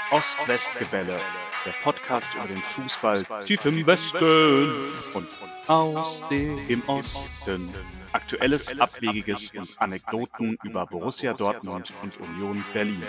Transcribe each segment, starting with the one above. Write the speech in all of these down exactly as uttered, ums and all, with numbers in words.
Ost-West-Gebälle, der Podcast über den Fußball tief im Westen und aus dem Osten. Aktuelles, Abwegiges und Anekdoten über Borussia Dortmund und Union Berlin.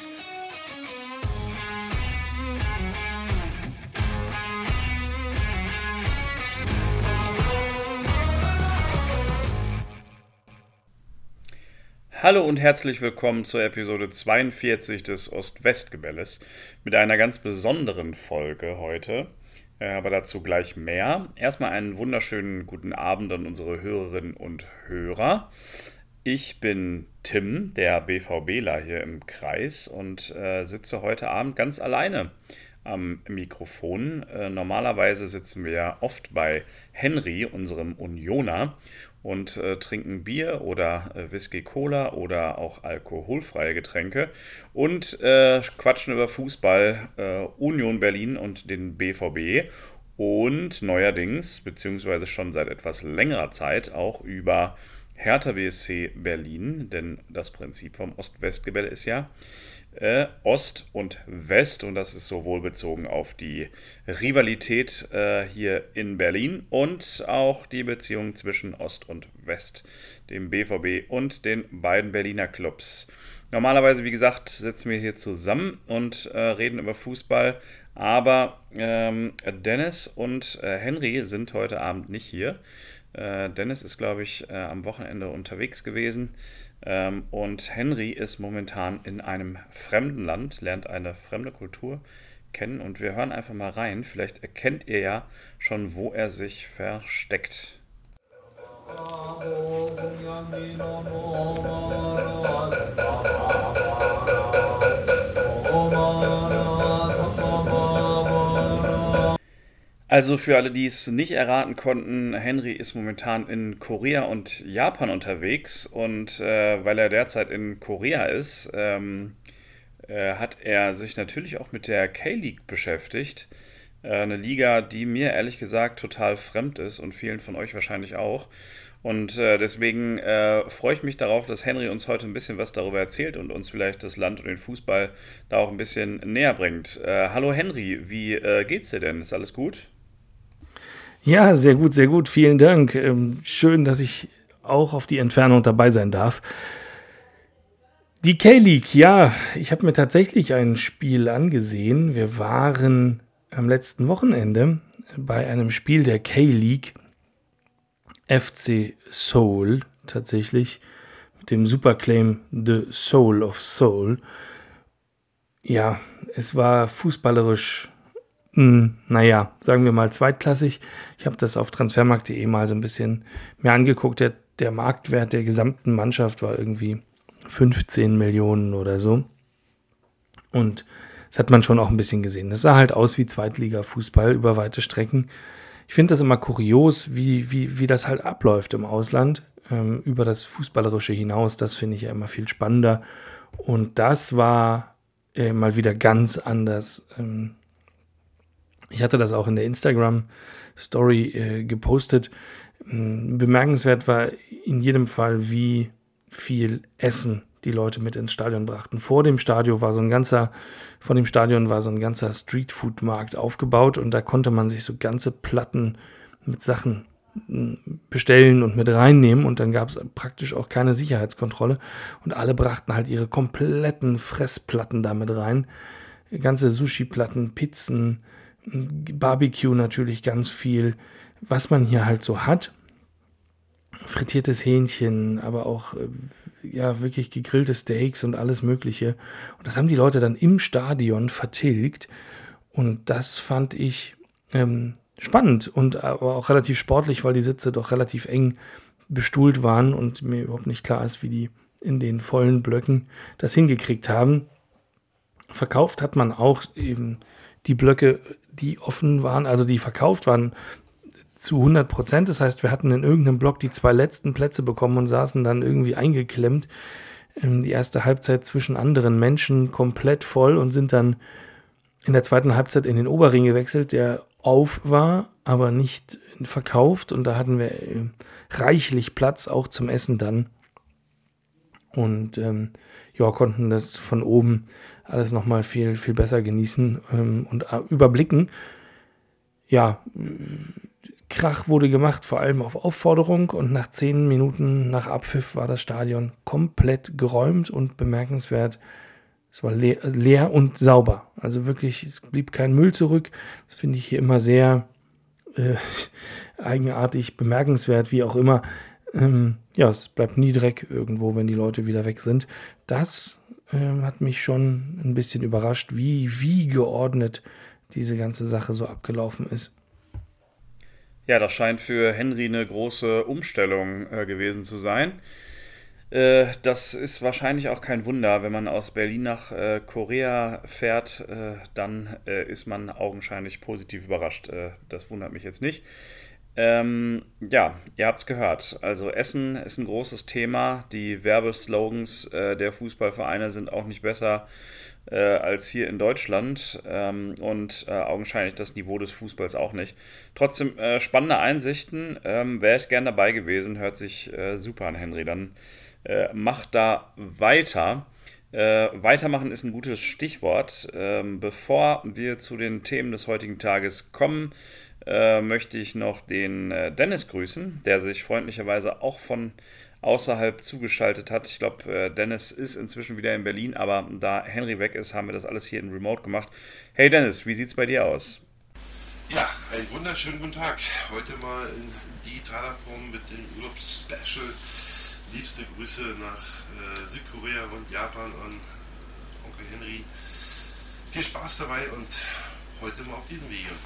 Hallo und herzlich willkommen zur Episode zweiundvierzig des Ost-West-Gebälles mit einer ganz besonderen Folge heute, äh, aber dazu gleich mehr. Erstmal einen wunderschönen guten Abend an unsere Hörerinnen und Hörer. Ich bin Tim, der BVBler hier im Kreis und äh, sitze heute Abend ganz alleine am Mikrofon. Äh, normalerweise sitzen wir oft bei Henry, unserem Unioner, und äh, trinken Bier oder äh, Whisky Cola oder auch alkoholfreie Getränke und äh, quatschen über Fußball, äh, Union Berlin und den B V B und neuerdings, beziehungsweise schon seit etwas längerer Zeit, auch über Hertha B S C Berlin, denn das Prinzip vom Ost-West-Gebälle ist ja Äh, Ost und West, und das ist sowohl bezogen auf die Rivalität äh, hier in Berlin und auch die Beziehung zwischen Ost und West, dem B V B und den beiden Berliner Clubs. Normalerweise, wie gesagt, sitzen wir hier zusammen und äh, reden über Fußball, aber ähm, Dennis und äh, Henry sind heute Abend nicht hier. Äh, Dennis ist, glaube ich, äh, am Wochenende unterwegs gewesen. Ähm, und Henry ist momentan in einem fremden Land, lernt eine fremde Kultur kennen. Und wir hören einfach mal rein. Vielleicht erkennt ihr ja schon, wo er sich versteckt. Also für alle, die es nicht erraten konnten, Henry ist momentan in Korea und Japan unterwegs und äh, weil er derzeit in Korea ist, ähm, äh, hat er sich natürlich auch mit der K-League beschäftigt. Äh, eine Liga, die mir ehrlich gesagt total fremd ist und vielen von euch wahrscheinlich auch. Und äh, deswegen äh, freue ich mich darauf, dass Henry uns heute ein bisschen was darüber erzählt und uns vielleicht das Land und den Fußball da auch ein bisschen näher bringt. Äh, hallo Henry, wie äh, geht's dir denn? Ist alles gut? Ja, sehr gut, sehr gut. Vielen Dank. Ähm, schön, dass ich auch auf die Entfernung dabei sein darf. Die K-League, ja, ich habe mir tatsächlich ein Spiel angesehen. Wir waren am letzten Wochenende bei einem Spiel der K-League, F C Seoul tatsächlich, mit dem Superclaim The Soul of Seoul. Ja, es war fußballerisch, Hm, naja, sagen wir mal zweitklassig. Ich habe das auf transfermarkt punkt de mal so ein bisschen mir angeguckt. Der, der Marktwert der gesamten Mannschaft war irgendwie fünfzehn Millionen oder so. Und das hat man schon auch ein bisschen gesehen. Das sah halt aus wie Zweitliga-Fußball über weite Strecken. Ich finde das immer kurios, wie, wie, wie das halt abläuft im Ausland, ähm, über das Fußballerische hinaus. Das finde ich ja immer viel spannender. Und das war äh, mal wieder ganz anders. Ähm, Ich hatte das auch in der Instagram-Story äh, gepostet. Bemerkenswert war in jedem Fall, wie viel Essen die Leute mit ins Stadion brachten. Vor dem Stadion war so ein ganzer, vor dem Stadion war so ein ganzer Streetfood-Markt aufgebaut und da konnte man sich so ganze Platten mit Sachen bestellen und mit reinnehmen und dann gab es praktisch auch keine Sicherheitskontrolle und alle brachten halt ihre kompletten Fressplatten damit rein. Ganze Sushi-Platten, Pizzen, Barbecue natürlich ganz viel, was man hier halt so hat. Frittiertes Hähnchen, aber auch ja wirklich gegrillte Steaks und alles Mögliche. Und das haben die Leute dann im Stadion vertilgt. Und das fand ich ähm, spannend und aber auch relativ sportlich, weil die Sitze doch relativ eng bestuhlt waren und mir überhaupt nicht klar ist, wie die in den vollen Blöcken das hingekriegt haben. Verkauft hat man auch eben die Blöcke, die offen waren, also die verkauft waren, zu hundert Prozent. Das heißt, wir hatten in irgendeinem Block die zwei letzten Plätze bekommen und saßen dann irgendwie eingeklemmt. Die erste Halbzeit zwischen anderen Menschen komplett voll und sind dann in der zweiten Halbzeit in den Oberring gewechselt, der auf war, aber nicht verkauft. Und da hatten wir reichlich Platz auch zum Essen dann. und ähm, ja, konnten das von oben alles nochmal viel, viel besser genießen ähm, und äh, überblicken. Ja, Krach wurde gemacht, vor allem auf Aufforderung, und nach zehn Minuten nach Abpfiff war das Stadion komplett geräumt und bemerkenswert. Es war leer, leer und sauber. Also wirklich, es blieb kein Müll zurück. Das finde ich hier immer sehr äh, eigenartig, bemerkenswert, wie auch immer. Ähm, ja, es bleibt nie Dreck irgendwo, wenn die Leute wieder weg sind. Das äh, hat mich schon ein bisschen überrascht, wie, wie geordnet diese ganze Sache so abgelaufen ist. Ja, das scheint für Henry eine große Umstellung äh, gewesen zu sein. Äh, das ist wahrscheinlich auch kein Wunder, wenn man aus Berlin nach äh, Korea fährt, äh, dann äh, ist man augenscheinlich positiv überrascht. Äh, das wundert mich jetzt nicht. Ähm, ja, ihr habt es gehört. Also Essen ist ein großes Thema. Die Werbeslogans äh, der Fußballvereine sind auch nicht besser äh, als hier in Deutschland ähm, und äh, augenscheinlich das Niveau des Fußballs auch nicht. Trotzdem äh, spannende Einsichten. Ähm, Wäre ich gern dabei gewesen. Hört sich äh, super an, Henry. Dann äh, macht da weiter. Äh, weitermachen ist ein gutes Stichwort. Ähm, bevor wir zu den Themen des heutigen Tages kommen, äh, möchte ich noch den äh, Dennis grüßen, der sich freundlicherweise auch von außerhalb zugeschaltet hat. Ich glaube, äh, Dennis ist inzwischen wieder in Berlin, aber da Henry weg ist, haben wir das alles hier in Remote gemacht. Hey Dennis, wie sieht's bei dir aus? Ja, einen wunderschönen guten Tag. Heute mal in digitaler Form mit dem Urlaubsspecial. Liebste Grüße nach äh, Südkorea und Japan und Onkel Henry. Viel Spaß dabei und heute mal auf diesem Wege.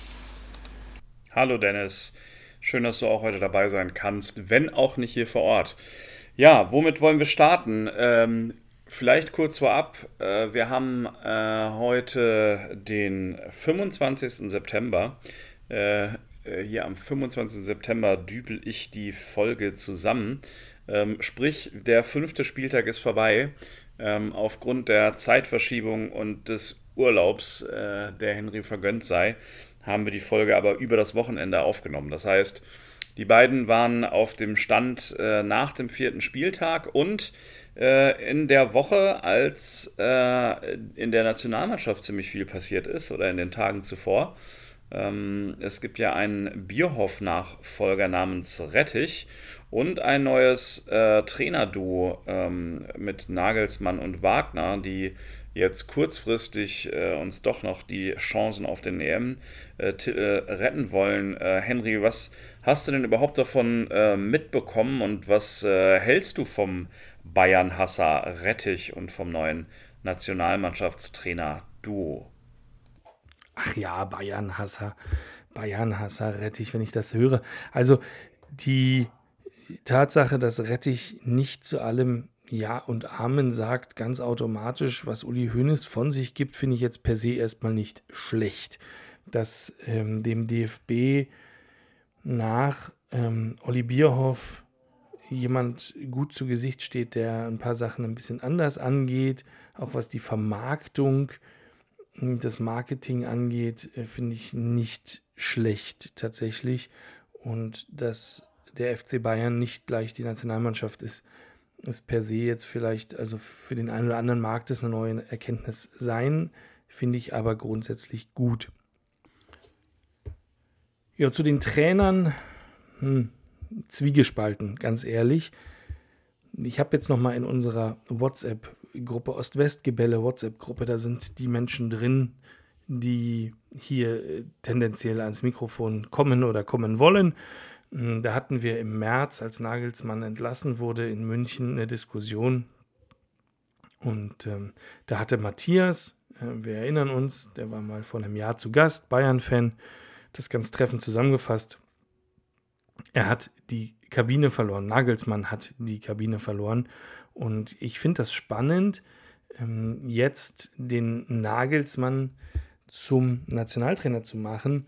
Hallo Dennis, schön, dass du auch heute dabei sein kannst, wenn auch nicht hier vor Ort. Ja, womit wollen wir starten? Ähm, vielleicht kurz vorab, äh, wir haben äh, heute den fünfundzwanzigsten September. Äh, hier am fünfundzwanzigsten September dübel ich die Folge zusammen. Ähm, sprich, der fünfte Spieltag ist vorbei. Ähm, aufgrund der Zeitverschiebung und des Urlaubs, äh, der Henry vergönnt sei, haben wir die Folge aber über das Wochenende aufgenommen. Das heißt, die beiden waren auf dem Stand äh, nach dem vierten Spieltag und äh, in der Woche, als äh, in der Nationalmannschaft ziemlich viel passiert ist oder in den Tagen zuvor. Ähm, es gibt ja einen Bierhoff-Nachfolger namens Rettich und ein neues äh, Trainerduo ähm, mit Nagelsmann und Wagner, die jetzt kurzfristig äh, uns doch noch die Chancen auf den E M-Titel äh, retten wollen. Äh, Henry, was hast du denn überhaupt davon äh, mitbekommen und was äh, hältst du vom Bayern-Hasser Rettich und vom neuen Nationalmannschaftstrainer-Duo? Ach ja, Bayern-Hasser, Bayern-Hasser, Rettich, wenn ich das höre. Also die Tatsache, dass Rettich nicht zu allem Ja und Amen sagt, ganz automatisch, was Uli Hoeneß von sich gibt, finde ich jetzt per se erstmal nicht schlecht. Dass ähm, dem D F B nach ähm, Olli Bierhoff jemand gut zu Gesicht steht, der ein paar Sachen ein bisschen anders angeht, auch was die Vermarktung, das Marketing angeht, äh, finde ich nicht schlecht tatsächlich. Und dass der F C Bayern nicht gleich die Nationalmannschaft ist, ist per se jetzt vielleicht, also für den einen oder anderen mag das eine neue Erkenntnis sein, finde ich aber grundsätzlich gut. Ja, zu den Trainern, hm, zwiegespalten, ganz ehrlich. Ich habe jetzt nochmal in unserer WhatsApp-Gruppe, Ost-West-Gebälle WhatsApp-Gruppe, da sind die Menschen drin, die hier tendenziell ans Mikrofon kommen oder kommen wollen. Da hatten wir im März, als Nagelsmann entlassen wurde, in München eine Diskussion. Und ähm, da hatte Matthias, äh, wir erinnern uns, der war mal vor einem Jahr zu Gast, Bayern-Fan, das ganz treffend zusammengefasst. Er hat die Kabine verloren, Nagelsmann hat die Kabine verloren. Und ich finde das spannend, ähm, jetzt den Nagelsmann zum Nationaltrainer zu machen.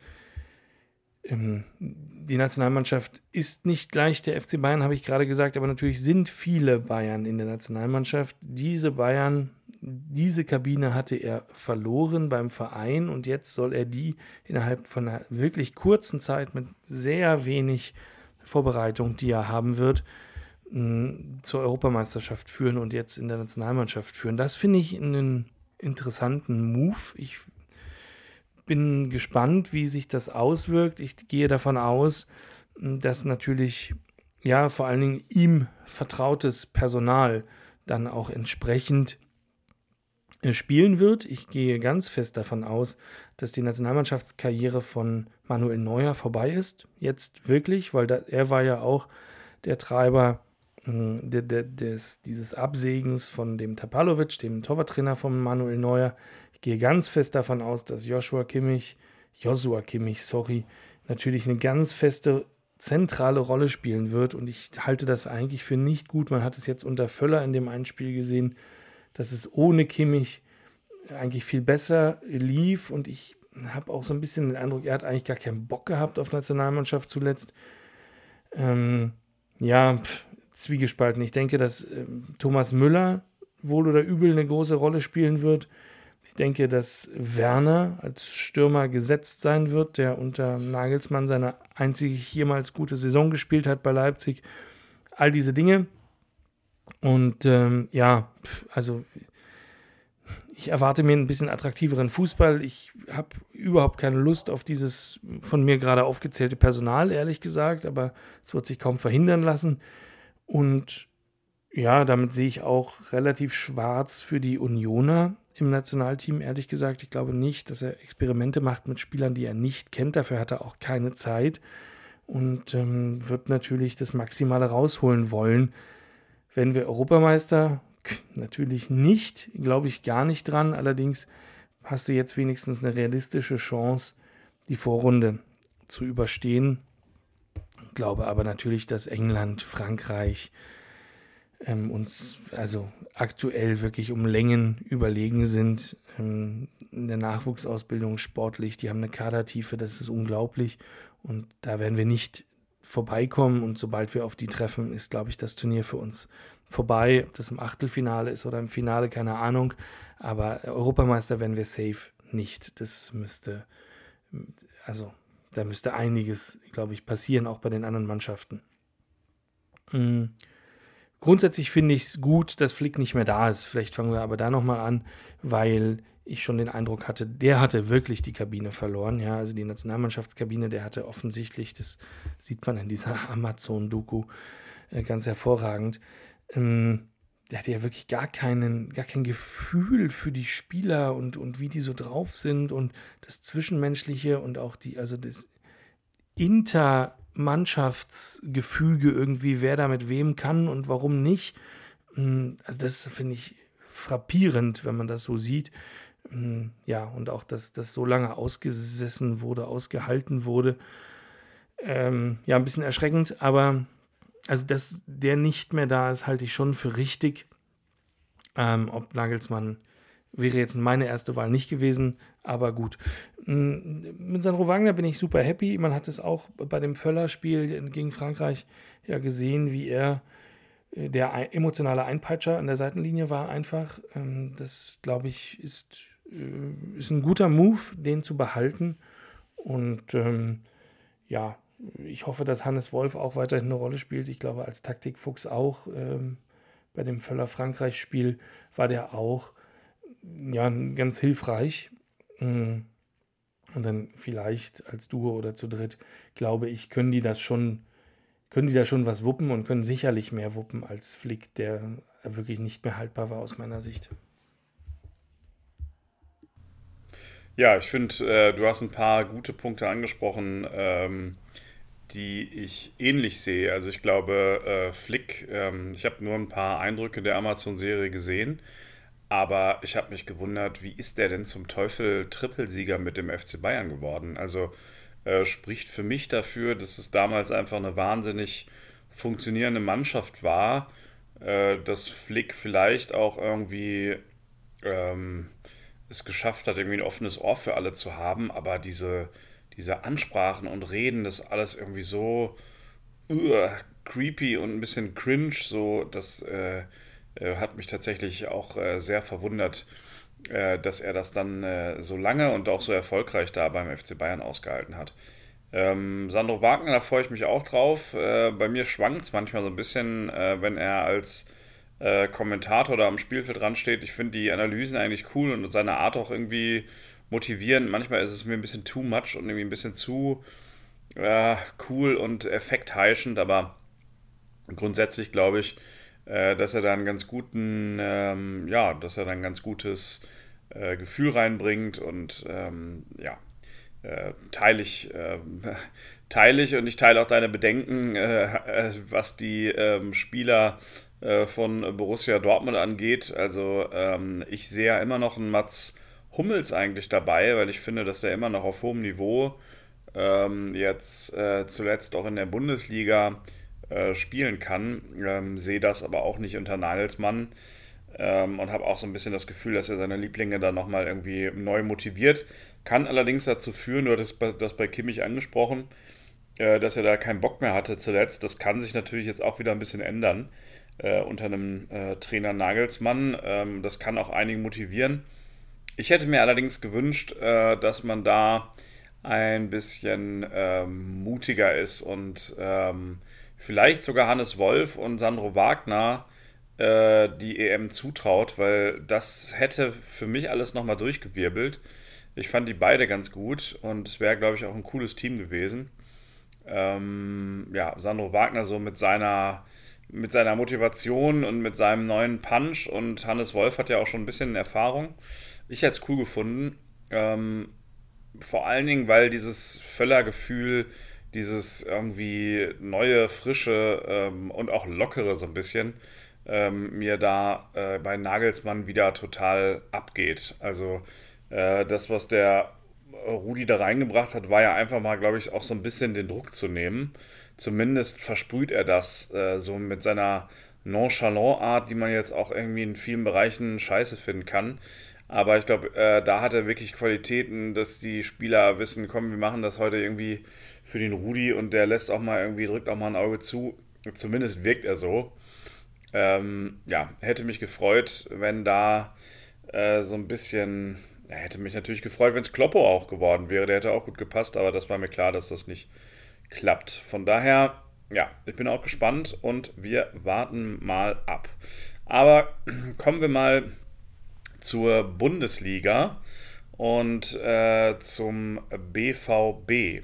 Die Nationalmannschaft ist nicht gleich der F C Bayern, habe ich gerade gesagt, aber natürlich sind viele Bayern in der Nationalmannschaft. Diese Bayern, diese Kabine hatte er verloren beim Verein und jetzt soll er die innerhalb von einer wirklich kurzen Zeit mit sehr wenig Vorbereitung, die er haben wird, mh, zur Europameisterschaft führen und jetzt in der Nationalmannschaft führen. Das finde ich einen interessanten Move. Ich bin gespannt, wie sich das auswirkt. Ich gehe davon aus, dass natürlich ja vor allen Dingen ihm vertrautes Personal dann auch entsprechend spielen wird. Ich gehe ganz fest davon aus, dass die Nationalmannschaftskarriere von Manuel Neuer vorbei ist. Jetzt wirklich, weil da, er war ja auch der Treiber mh, de, de, des, dieses Absägens von dem Tapalovic, dem Torwarttrainer von Manuel Neuer. Ich gehe ganz fest davon aus, dass Joshua Kimmich, Joshua Kimmich, sorry, natürlich eine ganz feste zentrale Rolle spielen wird und ich halte das eigentlich für nicht gut. Man hat es jetzt unter Völler in dem einen Spiel gesehen, dass es ohne Kimmich eigentlich viel besser lief und ich habe auch so ein bisschen den Eindruck, er hat eigentlich gar keinen Bock gehabt auf Nationalmannschaft zuletzt. Ähm, ja, pff, zwiegespalten. Ich denke, dass ähm, Thomas Müller wohl oder übel eine große Rolle spielen wird. Ich denke, dass Werner als Stürmer gesetzt sein wird, der unter Nagelsmann seine einzige jemals gute Saison gespielt hat bei Leipzig. All diese Dinge. Und ähm, ja, also ich erwarte mir ein bisschen attraktiveren Fußball. Ich habe überhaupt keine Lust auf dieses von mir gerade aufgezählte Personal, ehrlich gesagt, aber es wird sich kaum verhindern lassen. Und ja, damit sehe ich auch relativ schwarz für die Unioner im Nationalteam, ehrlich gesagt. Ich glaube nicht, dass er Experimente macht mit Spielern, die er nicht kennt. Dafür hat er auch keine Zeit und ähm, wird natürlich das Maximale rausholen wollen. Wenn wir Europameister, natürlich nicht, glaube ich gar nicht dran. Allerdings hast du jetzt wenigstens eine realistische Chance, die Vorrunde zu überstehen. Ich glaube aber natürlich, dass England, Frankreich ähm, uns also aktuell wirklich um Längen überlegen sind. Ähm, in der Nachwuchsausbildung sportlich, die haben eine Kadertiefe, das ist unglaublich. Und da werden wir nicht vorbeikommen und sobald wir auf die treffen, ist, glaube ich, das Turnier für uns vorbei. Ob das im Achtelfinale ist oder im Finale, keine Ahnung. Aber Europameister werden wir safe nicht. Das müsste, also da müsste einiges, glaube ich, passieren, auch bei den anderen Mannschaften. Mhm. Grundsätzlich finde ich es gut, dass Flick nicht mehr da ist. Vielleicht fangen wir aber da nochmal an, weil ich schon den Eindruck hatte, der hatte wirklich die Kabine verloren. Ja, also die Nationalmannschaftskabine, der hatte offensichtlich, das sieht man in dieser Amazon-Doku äh, ganz hervorragend, ähm, der hatte ja wirklich gar keinen, gar kein Gefühl für die Spieler und, und wie die so drauf sind und das Zwischenmenschliche und auch die, also das Intermannschaftsgefüge irgendwie, wer da mit wem kann und warum nicht. Also das finde ich frappierend, wenn man das so sieht. Ja, und auch, dass das so lange ausgesessen wurde, ausgehalten wurde. Ähm, ja, ein bisschen erschreckend, aber also, dass der nicht mehr da ist, halte ich schon für richtig. Ähm, ob Nagelsmann wäre jetzt meine erste Wahl nicht gewesen, aber gut. Mit Sandro Wagner bin ich super happy. Man hat es auch bei dem Völler-Spiel gegen Frankreich ja gesehen, wie er der emotionale Einpeitscher an der Seitenlinie war einfach. Das, glaube ich, ist, ist ein guter Move, den zu behalten. Und ähm, ja, ich hoffe, dass Hannes Wolf auch weiterhin eine Rolle spielt. Ich glaube, als Taktikfuchs auch. Ähm, bei dem Völler-Frankreich-Spiel war der auch ja, ganz hilfreich. Und dann vielleicht als Duo oder zu dritt, glaube ich, können die das schon, können die da schon was wuppen und können sicherlich mehr wuppen als Flick, der wirklich nicht mehr haltbar war aus meiner Sicht. Ja, ich finde, äh, du hast ein paar gute Punkte angesprochen, ähm, die ich ähnlich sehe. Also ich glaube, äh, Flick, ähm, ich habe nur ein paar Eindrücke der Amazon-Serie gesehen, aber ich habe mich gewundert, wie ist der denn zum Teufel Trippelsieger mit dem F C Bayern geworden? Also äh, spricht für mich dafür, dass es damals einfach eine wahnsinnig funktionierende Mannschaft war, äh, dass Flick vielleicht auch irgendwie ähm, es geschafft hat, irgendwie ein offenes Ohr für alle zu haben, aber diese, diese Ansprachen und Reden, das alles irgendwie so uh, creepy und ein bisschen cringe, so, das äh, äh, hat mich tatsächlich auch äh, sehr verwundert, äh, dass er das dann äh, so lange und auch so erfolgreich da beim F C Bayern ausgehalten hat. Ähm, Sandro Wagner, da freue ich mich auch drauf. Äh, bei mir schwankt es manchmal so ein bisschen, äh, wenn er als äh, Kommentator da am Spielfeld dran steht. Ich finde die Analysen eigentlich cool und seine Art auch irgendwie motivierend. Manchmal ist es mir ein bisschen too much und irgendwie ein bisschen zu äh, cool und effektheischend, aber grundsätzlich glaube ich, äh, dass er da einen ganz guten, ähm, ja, dass er da ein ganz gutes äh, Gefühl reinbringt und ähm, ja, äh, teile ich, äh, teile ich und ich teile auch deine Bedenken, äh, äh, was die ähm, Spieler äh, von Borussia Dortmund angeht. Also ähm, ich sehe ja immer noch einen Mats Hummels eigentlich dabei, weil ich finde, dass der immer noch auf hohem Niveau ähm, jetzt äh, zuletzt auch in der Bundesliga äh, spielen kann. Ähm, sehe das aber auch nicht unter Nagelsmann ähm, und habe auch so ein bisschen das Gefühl, dass er seine Lieblinge da nochmal irgendwie neu motiviert. Kann allerdings dazu führen, du hattest das bei Kimmich angesprochen, äh, dass er da keinen Bock mehr hatte zuletzt. Das kann sich natürlich jetzt auch wieder ein bisschen ändern äh, unter einem äh, Trainer Nagelsmann. Ähm, das kann auch einige motivieren. Ich hätte mir allerdings gewünscht, äh, dass man da ein bisschen ähm, mutiger ist und ähm, vielleicht sogar Hannes Wolf und Sandro Wagner äh, die E M zutraut, weil das hätte für mich alles nochmal durchgewirbelt. Ich fand die beide ganz gut und es wäre, glaube ich, auch ein cooles Team gewesen. Ähm, ja, Sandro Wagner so mit seiner, mit seiner Motivation und mit seinem neuen Punch und Hannes Wolf hat ja auch schon ein bisschen Erfahrung. Ich hätte es cool gefunden. Ähm, vor allen Dingen, weil dieses Völlergefühl, dieses irgendwie neue, frische ähm, und auch lockere so ein bisschen ähm, mir da äh, bei Nagelsmann wieder total abgeht. Also äh, das, was der Rudi da reingebracht hat, war ja einfach mal, glaube ich, auch so ein bisschen den Druck zu nehmen. Zumindest versprüht er das äh, so mit seiner Nonchalant-Art, die man jetzt auch irgendwie in vielen Bereichen scheiße finden kann. Aber ich glaube, äh, da hat er wirklich Qualitäten, dass die Spieler wissen, komm, wir machen das heute irgendwie für den Rudi und der lässt auch mal irgendwie, drückt auch mal ein Auge zu. Zumindest wirkt er so. Ähm, ja, hätte mich gefreut, wenn da äh, so ein bisschen, ja, hätte mich natürlich gefreut, wenn es Kloppo auch geworden wäre. Der hätte auch gut gepasst, aber das war mir klar, dass das nicht klappt. Von daher, ja, ich bin auch gespannt und wir warten mal ab. Aber kommen wir mal zur Bundesliga und äh, zum B V B.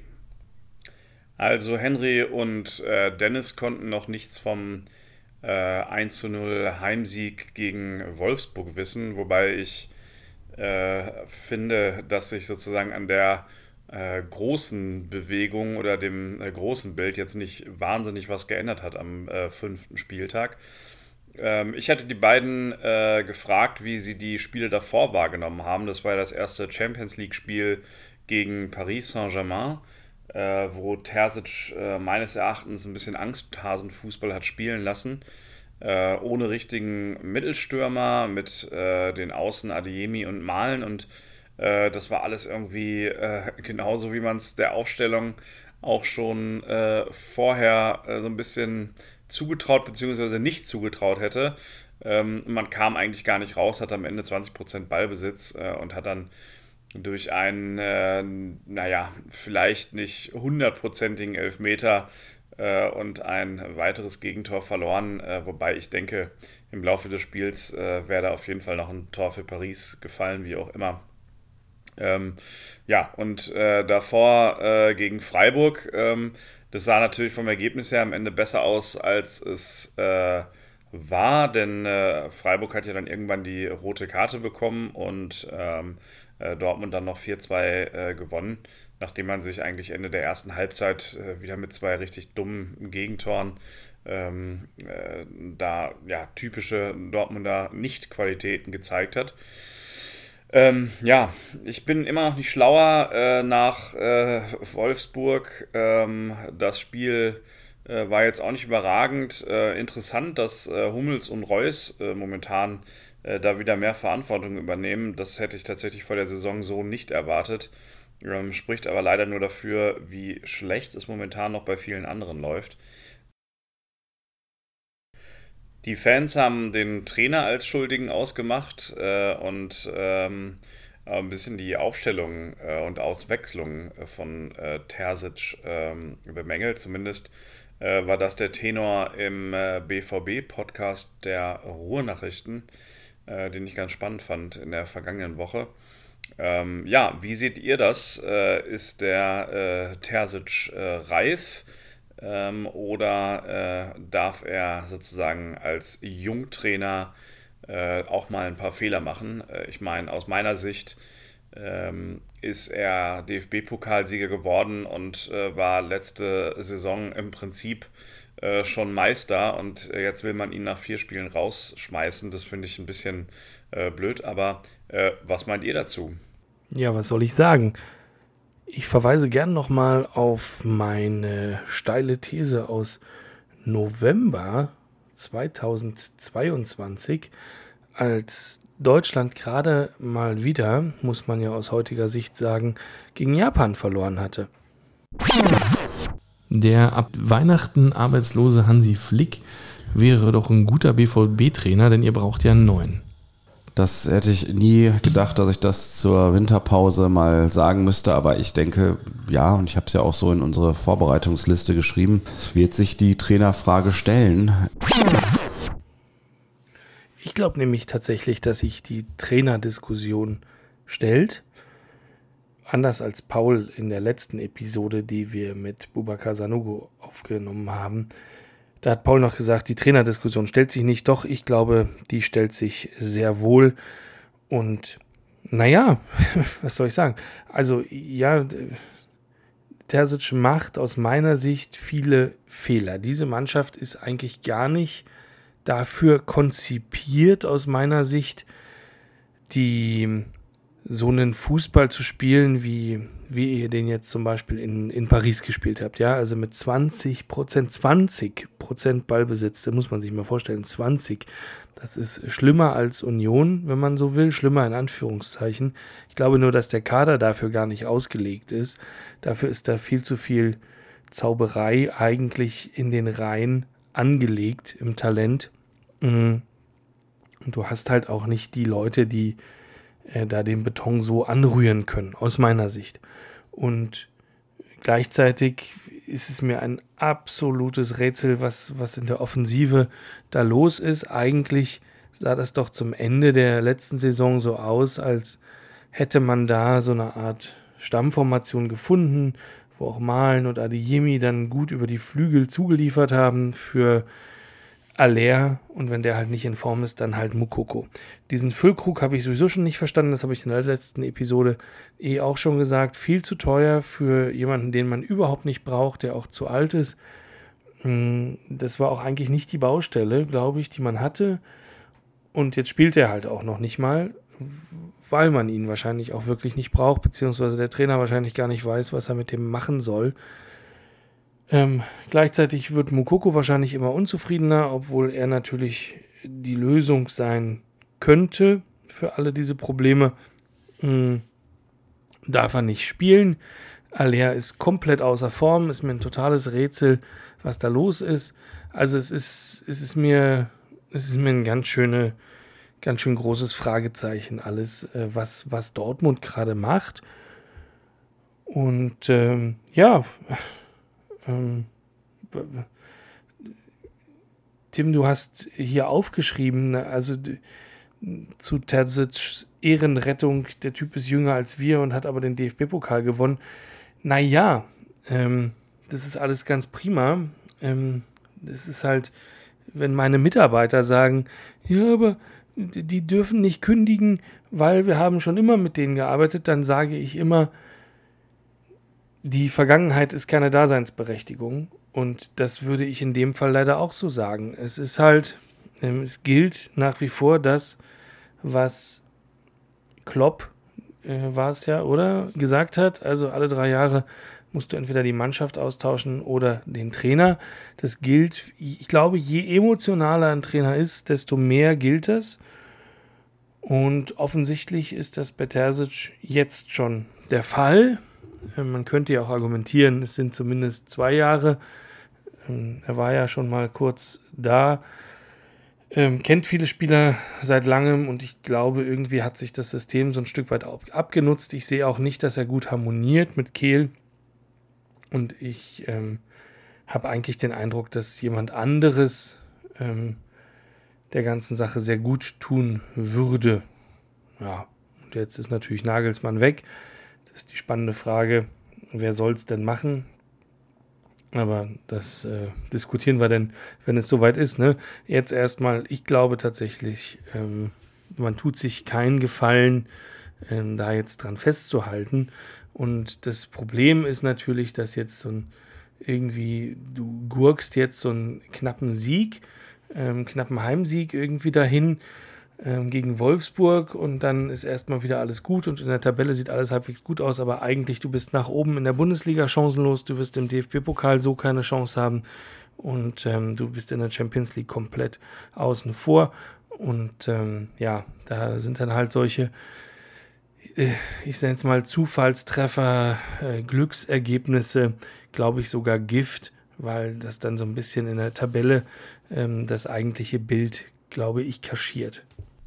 Also Henry und äh, Dennis konnten noch nichts vom äh, eins zu null Heimsieg gegen Wolfsburg wissen, wobei ich äh, finde, dass sich sozusagen an der äh, großen Bewegung oder dem äh, großen Bild jetzt nicht wahnsinnig was geändert hat am äh, fünften Spieltag. Ähm, ich hatte die beiden äh, gefragt, wie sie die Spiele davor wahrgenommen haben. Das war ja das erste Champions League-Spiel gegen Paris Saint-Germain, äh, wo Terzic äh, meines Erachtens ein bisschen Angsthasenfußball hat spielen lassen. Äh, ohne richtigen Mittelstürmer, mit äh, den Außen Adeyemi und Malen. Und äh, das war alles irgendwie äh, genauso, wie man es der Aufstellung auch schon äh, vorher äh, so ein bisschen zugetraut bzw. nicht zugetraut hätte. Ähm, man kam eigentlich gar nicht raus, hat am Ende zwanzig Prozent Ballbesitz äh, und hat dann durch einen, äh, naja, vielleicht nicht hundertprozentigen Elfmeter äh, und ein weiteres Gegentor verloren. Äh, wobei ich denke, im Laufe des Spiels äh, wäre da auf jeden Fall noch ein Tor für Paris gefallen, wie auch immer. Ähm, ja, und äh, davor äh, gegen Freiburg, ähm, das sah natürlich vom Ergebnis her am Ende besser aus, als es äh, war, denn äh, Freiburg hat ja dann irgendwann die rote Karte bekommen und ähm, äh, Dortmund dann noch vier zwei äh, gewonnen, nachdem man sich eigentlich Ende der ersten Halbzeit äh, wieder mit zwei richtig dummen Gegentoren ähm, äh, da ja typische Dortmunder Nicht-Qualitäten gezeigt hat. Ähm, ja, ich bin immer noch nicht schlauer äh, nach äh, Wolfsburg. Ähm, das Spiel äh, war jetzt auch nicht überragend. Äh, interessant, dass äh, Hummels und Reus äh, momentan äh, da wieder mehr Verantwortung übernehmen. Das hätte ich tatsächlich vor der Saison so nicht erwartet. Ähm, spricht aber leider nur dafür, wie schlecht es momentan noch bei vielen anderen läuft. Die Fans haben den Trainer als Schuldigen ausgemacht äh, und ähm, Aber ein bisschen die Aufstellung äh, und Auswechslung von äh, Terzic ähm, bemängelt. Zumindest äh, war das der Tenor im äh, B V B-Podcast der Ruhrnachrichten, äh, den ich ganz spannend fand in der vergangenen Woche. Ähm, ja, wie seht ihr das? Äh, ist der äh, Terzic äh, reif ähm, oder äh, darf er sozusagen als Jungtrainer äh, auch mal ein paar Fehler machen? Äh, ich meine, aus meiner Sicht ähm, ist er D F B-Pokalsieger geworden und äh, war letzte Saison im Prinzip äh, schon Meister und jetzt will man ihn nach vier Spielen rausschmeißen. Das finde ich ein bisschen äh, blöd, aber äh, was meint ihr dazu? Ja, was soll ich sagen? Ich verweise gern nochmal auf meine steile These aus November zweitausendzweiundzwanzig, als Deutschland gerade mal wieder, muss man ja aus heutiger Sicht sagen, gegen Japan verloren hatte. Der ab Weihnachten arbeitslose Hansi Flick wäre doch ein guter B V B-Trainer, denn ihr braucht ja einen neuen. Das hätte ich nie gedacht, dass ich das zur Winterpause mal sagen müsste, aber ich denke, ja, und ich habe es ja auch so in unsere Vorbereitungsliste geschrieben, es wird sich die Trainerfrage stellen. Ich glaube nämlich tatsächlich, dass sich die Trainerdiskussion stellt. Anders als Paul in der letzten Episode, die wir mit Boubacar Sanogo aufgenommen haben. Da hat Paul noch gesagt, die Trainerdiskussion stellt sich nicht. Doch, ich glaube, die stellt sich sehr wohl. Und naja, was soll ich sagen? Also ja, Terzic macht aus meiner Sicht viele Fehler. Diese Mannschaft ist eigentlich gar nicht dafür konzipiert, aus meiner Sicht, die so einen Fußball zu spielen, wie, wie ihr den jetzt zum Beispiel in, in Paris gespielt habt. Ja, also mit zwanzig Prozent, zwanzig Prozent Ballbesitz, da muss man sich mal vorstellen, zwanzig. Das ist schlimmer als Union, wenn man so will, schlimmer in Anführungszeichen. Ich glaube nur, dass der Kader dafür gar nicht ausgelegt ist. Dafür ist da viel zu viel Zauberei eigentlich in den Reihen angelegt im Talent. Und du hast halt auch nicht die Leute, die äh, da den Beton so anrühren können, aus meiner Sicht. Und gleichzeitig ist es mir ein absolutes Rätsel, was, was in der Offensive da los ist. Eigentlich sah das doch zum Ende der letzten Saison so aus, als hätte man da so eine Art Stammformation gefunden, wo auch Malen und Adeyemi dann gut über die Flügel zugeliefert haben für Aller, und wenn der halt nicht in Form ist, dann halt Moukoko. Diesen Füllkrug habe ich sowieso schon nicht verstanden, das habe ich in der letzten Episode eh auch schon gesagt. Viel zu teuer für jemanden, den man überhaupt nicht braucht, der auch zu alt ist. Das war auch eigentlich nicht die Baustelle, glaube ich, die man hatte. Und jetzt spielt er halt auch noch nicht mal, weil man ihn wahrscheinlich auch wirklich nicht braucht, beziehungsweise der Trainer wahrscheinlich gar nicht weiß, was er mit dem machen soll. Ähm, gleichzeitig wird Moukoko wahrscheinlich immer unzufriedener, obwohl er natürlich die Lösung sein könnte für alle diese Probleme. Hm, darf er nicht spielen. Aller ist komplett außer Form, ist mir ein totales Rätsel, was da los ist. Also es ist, es ist mir, es ist mir ein ganz schöne, ganz schön großes Fragezeichen alles, äh, was, was Dortmund gerade macht. Und ähm, ja, ähm, Tim, du hast hier aufgeschrieben, also zu Terzics Ehrenrettung, der Typ ist jünger als wir und hat aber den D F B-Pokal gewonnen. Naja, ähm, das ist alles ganz prima. Ähm, das ist halt, wenn meine Mitarbeiter sagen, ja, aber die dürfen nicht kündigen, weil wir haben schon immer mit denen gearbeitet, dann sage ich immer, die Vergangenheit ist keine Daseinsberechtigung, und das würde ich in dem Fall leider auch so sagen. Es ist halt, ähm, es gilt nach wie vor das, was Klopp, äh, war es ja, oder, gesagt hat, also alle drei Jahre musst du entweder die Mannschaft austauschen oder den Trainer. Das gilt, ich glaube, je emotionaler ein Trainer ist, desto mehr gilt das, und offensichtlich ist das bei Terzic jetzt schon der Fall. Man könnte ja auch argumentieren, es sind zumindest zwei Jahre. Er war ja schon mal kurz da. Ähm, kennt viele Spieler seit langem und ich glaube, irgendwie hat sich das System so ein Stück weit ab- abgenutzt. Ich sehe auch nicht, dass er gut harmoniert mit Kehl. Und ich ähm, habe eigentlich den Eindruck, dass jemand anderes ähm, der ganzen Sache sehr gut tun würde. Ja, und jetzt ist natürlich Nagelsmann weg. Das ist die spannende Frage, wer soll es denn machen? Aber das äh, diskutieren wir dann, wenn es soweit ist. Ne? Jetzt erstmal, ich glaube tatsächlich, ähm, man tut sich keinen Gefallen, ähm, da jetzt dran festzuhalten. Und das Problem ist natürlich, dass jetzt so ein irgendwie, du gurkst jetzt so einen knappen Sieg, ähm, knappen Heimsieg irgendwie dahin ähm, gegen Wolfsburg und dann ist erstmal wieder alles gut und in der Tabelle sieht alles halbwegs gut aus, aber eigentlich du bist nach oben in der Bundesliga chancenlos, du wirst im D F B-Pokal so keine Chance haben und ähm, du bist in der Champions League komplett außen vor und ähm, ja, da sind dann halt solche, äh, ich nenne es mal Zufallstreffer, äh, Glücksergebnisse, glaube ich sogar Gift, weil das dann so ein bisschen in der Tabelle ähm, das eigentliche Bild, glaube ich, kaschiert.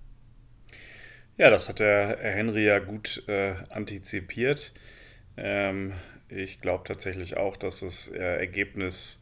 Ja, das hat der Herr Henry ja gut äh, antizipiert. Ähm, ich glaube tatsächlich auch, dass das äh, Ergebnis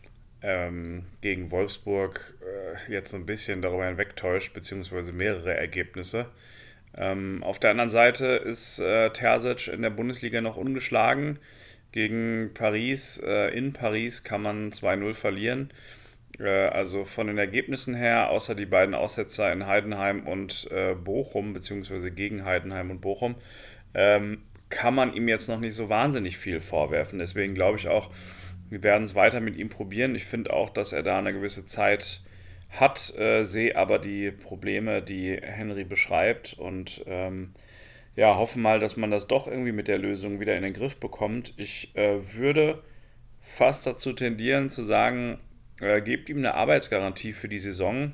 ähm, gegen Wolfsburg äh, jetzt so ein bisschen darüber hinwegtäuscht, beziehungsweise mehrere Ergebnisse. Ähm, auf der anderen Seite ist äh, Terzic in der Bundesliga noch ungeschlagen. Gegen Paris, äh, in Paris kann man zwei null verlieren. Also von den Ergebnissen her, außer die beiden Aussetzer in Heidenheim und äh, Bochum, beziehungsweise gegen Heidenheim und Bochum, ähm, kann man ihm jetzt noch nicht so wahnsinnig viel vorwerfen. Deswegen glaube ich auch, wir werden es weiter mit ihm probieren. Ich finde auch, dass er da eine gewisse Zeit hat, äh, sehe aber die Probleme, die Henry beschreibt und ähm, ja, hoffen mal, dass man das doch irgendwie mit der Lösung wieder in den Griff bekommt. Ich äh, würde fast dazu tendieren zu sagen, Äh, gebt ihm eine Arbeitsgarantie für die Saison.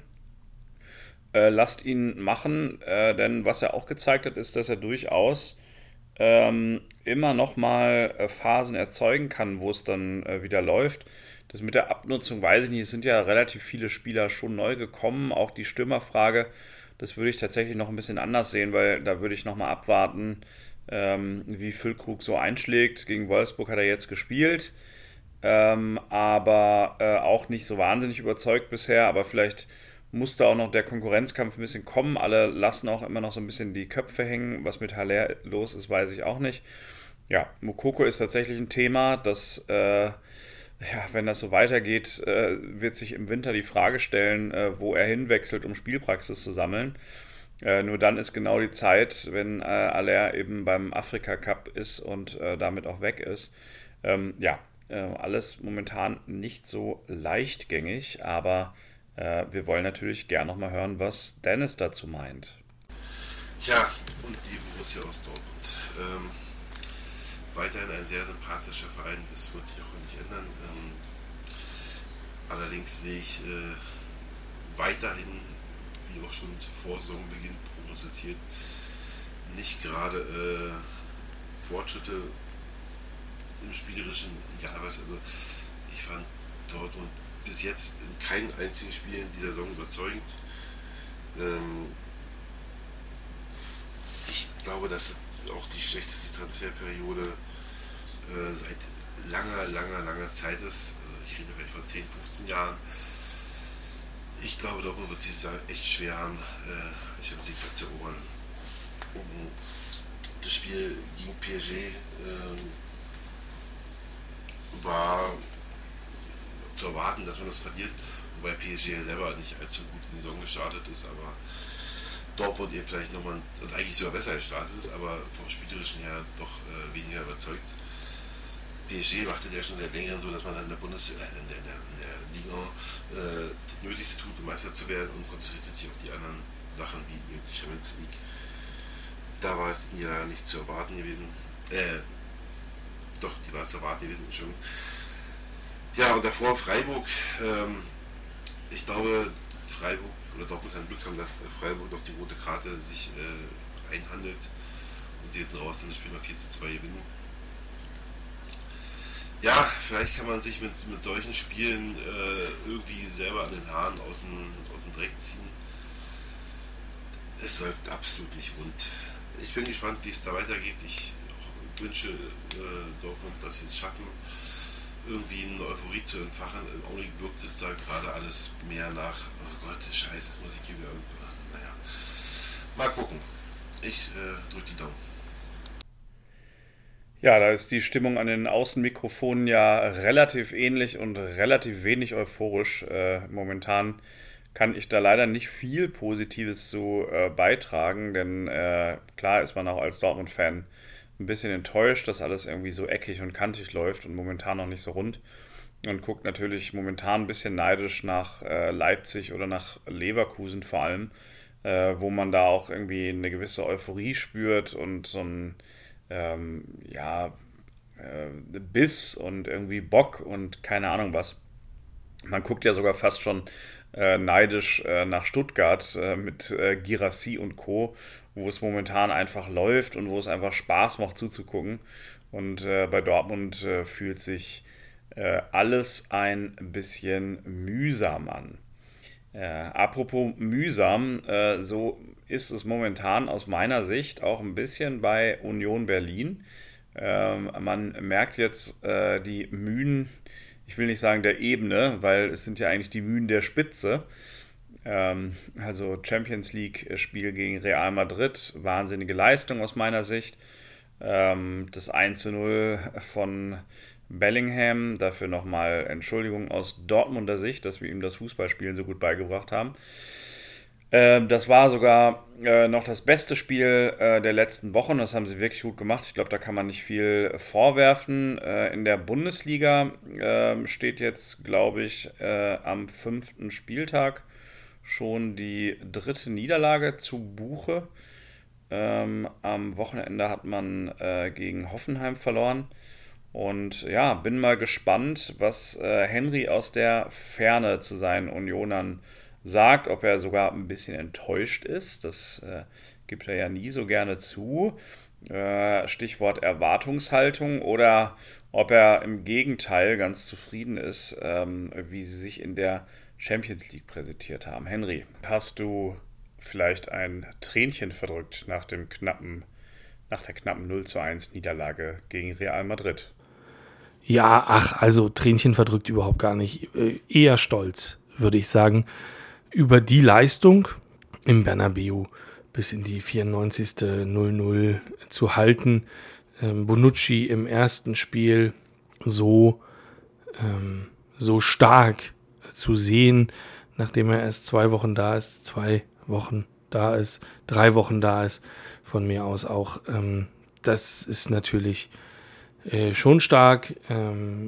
Äh, lasst ihn machen, äh, denn was er auch gezeigt hat, ist, dass er durchaus ähm, immer noch mal äh, Phasen erzeugen kann, wo es dann äh, wieder läuft. Das mit der Abnutzung weiß ich nicht. Es sind ja relativ viele Spieler schon neu gekommen. Auch die Stürmerfrage, das würde ich tatsächlich noch ein bisschen anders sehen, weil da würde ich noch mal abwarten, ähm, wie Füllkrug so einschlägt. Gegen Wolfsburg hat er jetzt gespielt. Ähm, aber äh, auch nicht so wahnsinnig überzeugt bisher, aber vielleicht muss da auch noch der Konkurrenzkampf ein bisschen kommen. Alle lassen auch immer noch so ein bisschen die Köpfe hängen. Was mit Haller los ist, weiß ich auch nicht. Ja, Moukoko ist tatsächlich ein Thema, das, äh, ja, wenn das so weitergeht, äh, wird sich im Winter die Frage stellen, äh, wo er hinwechselt, um Spielpraxis zu sammeln. Äh, nur dann ist genau die Zeit, wenn äh, Haller eben beim Afrika Cup ist und äh, damit auch weg ist. Ähm, ja, alles momentan nicht so leichtgängig, aber äh, wir wollen natürlich gern nochmal hören, was Dennis dazu meint. Tja, und die Borussia aus Dortmund. Ähm, weiterhin ein sehr sympathischer Verein, das wird sich auch nicht ändern. Ähm, allerdings sehe ich äh, weiterhin, wie auch schon vor Saisonbeginn prognostiziert, nicht gerade äh, Fortschritte im Spielerischen, egal was, also ich fand Dortmund bis jetzt in keinem einzigen Spiel in dieser Saison überzeugend. Ähm, ich glaube, dass auch die schlechteste Transferperiode äh, seit langer, langer, langer Zeit ist. Also ich rede vielleicht von zehn, fünfzehn Jahren. Ich glaube, Dortmund wird es echt schwer haben, äh, Champions League Platz zu erobern. Das Spiel gegen P S G äh, war zu erwarten, dass man das verliert, wobei P S G ja selber nicht allzu gut in die Saison gestartet ist, aber Dortmund eben vielleicht nochmal, also eigentlich sogar besser gestartet ist, aber vom Spielerischen her doch äh, weniger überzeugt. P S G machte ja schon seit längerem so, dass man in der Bundes, äh, in der, in der, in der Liga äh, das Nötigste tut, um Meister zu werden und konzentriert sich auf die anderen Sachen wie die Champions League. Da war es ja nicht zu erwarten gewesen. Äh, Doch, die war zu erwarten gewesen schon. Ja, und davor Freiburg. Ähm, ich glaube, Freiburg oder Dortmund kann Glück haben, dass Freiburg noch die rote Karte sich äh, einhandelt. Und sie hätten raus in das Spiel noch vier zu zwei gewinnen. Ja, vielleicht kann man sich mit, mit solchen Spielen äh, irgendwie selber an den Haaren aus dem, aus den Dreck ziehen. Es läuft absolut nicht rund. Ich bin gespannt, wie es da weitergeht. Ich wünsche äh, Dortmund, dass sie es schaffen, irgendwie eine Euphorie zu entfachen. Im Augenblick wirkt es da gerade alles mehr nach, oh Gott, Scheiße, das muss ich hier wieder, naja, mal gucken. Ich äh, drücke die Daumen. Ja, da ist die Stimmung an den Außenmikrofonen ja relativ ähnlich und relativ wenig euphorisch. Äh, momentan kann ich da leider nicht viel Positives zu äh, beitragen, denn äh, klar ist man auch als Dortmund-Fan ein bisschen enttäuscht, dass alles irgendwie so eckig und kantig läuft und momentan noch nicht so rund. Und guckt natürlich momentan ein bisschen neidisch nach äh, Leipzig oder nach Leverkusen vor allem, äh, wo man da auch irgendwie eine gewisse Euphorie spürt und so ein ähm, ja, äh, Biss und irgendwie Bock und keine Ahnung was. Man guckt ja sogar fast schon äh, neidisch äh, nach Stuttgart äh, mit äh, Guirassy und Co., wo es momentan einfach läuft und wo es einfach Spaß macht zuzugucken. Und äh, bei Dortmund äh, fühlt sich äh, alles ein bisschen mühsam an. Äh, apropos mühsam, äh, so ist es momentan aus meiner Sicht auch ein bisschen bei Union Berlin. Ähm, man merkt jetzt äh, die Mühen, ich will nicht sagen der Ebene, weil es sind ja eigentlich die Mühen der Spitze. Ähm, also Champions League-Spiel gegen Real Madrid, wahnsinnige Leistung aus meiner Sicht. Ähm, das eins zu null von Bellingham, dafür nochmal Entschuldigung aus Dortmunder Sicht, dass wir ihm das Fußballspielen so gut beigebracht haben. Ähm, das war sogar äh, noch das beste Spiel äh, der letzten Wochen, das haben sie wirklich gut gemacht. Ich glaube, da kann man nicht viel vorwerfen. Äh, in der Bundesliga äh, steht jetzt, glaube ich, äh, am fünften Spieltag schon die dritte Niederlage zu Buche. Ähm, am Wochenende hat man äh, gegen Hoffenheim verloren. Und ja, bin mal gespannt, was äh, Henry aus der Ferne zu seinen Unionern sagt, ob er sogar ein bisschen enttäuscht ist. Das äh, gibt er ja nie so gerne zu. Äh, Stichwort Erwartungshaltung, oder ob er im Gegenteil ganz zufrieden ist, ähm, wie sie sich in der Champions League präsentiert haben. Henry, hast du vielleicht ein Tränchen verdrückt nach dem knappen, nach der knappen null zu eins Niederlage gegen Real Madrid? Ja, ach, also Tränchen verdrückt überhaupt gar nicht. Äh, eher stolz, würde ich sagen, über die Leistung im Bernabeu bis in die vierundneunzigste null null zu halten. Ähm, Bonucci im ersten Spiel so, ähm, so stark zu sehen, nachdem er erst zwei Wochen da ist, zwei Wochen da ist, drei Wochen da ist, von mir aus auch. Ähm, das ist natürlich äh, schon stark. Ähm,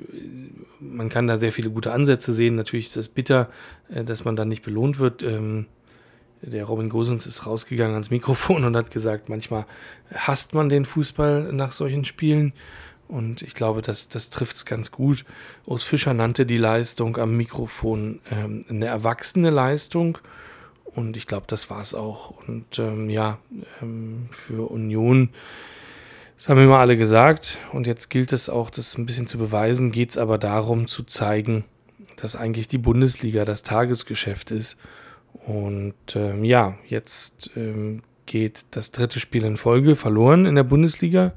man kann da sehr viele gute Ansätze sehen. Natürlich ist es bitter, äh, dass man dann nicht belohnt wird. Ähm, der Robin Gosens ist rausgegangen ans Mikrofon und hat gesagt, manchmal hasst man den Fußball nach solchen Spielen. Und ich glaube, das, das trifft es ganz gut. Urs Fischer nannte die Leistung am Mikrofon ähm, eine erwachsene Leistung. Und ich glaube, das war es auch. Und ähm, ja, ähm, für Union, das haben immer alle gesagt. Und jetzt gilt es auch, das ein bisschen zu beweisen. Geht es aber darum zu zeigen, dass eigentlich die Bundesliga das Tagesgeschäft ist. Und ähm, ja, jetzt ähm, geht das dritte Spiel in Folge verloren in der Bundesliga.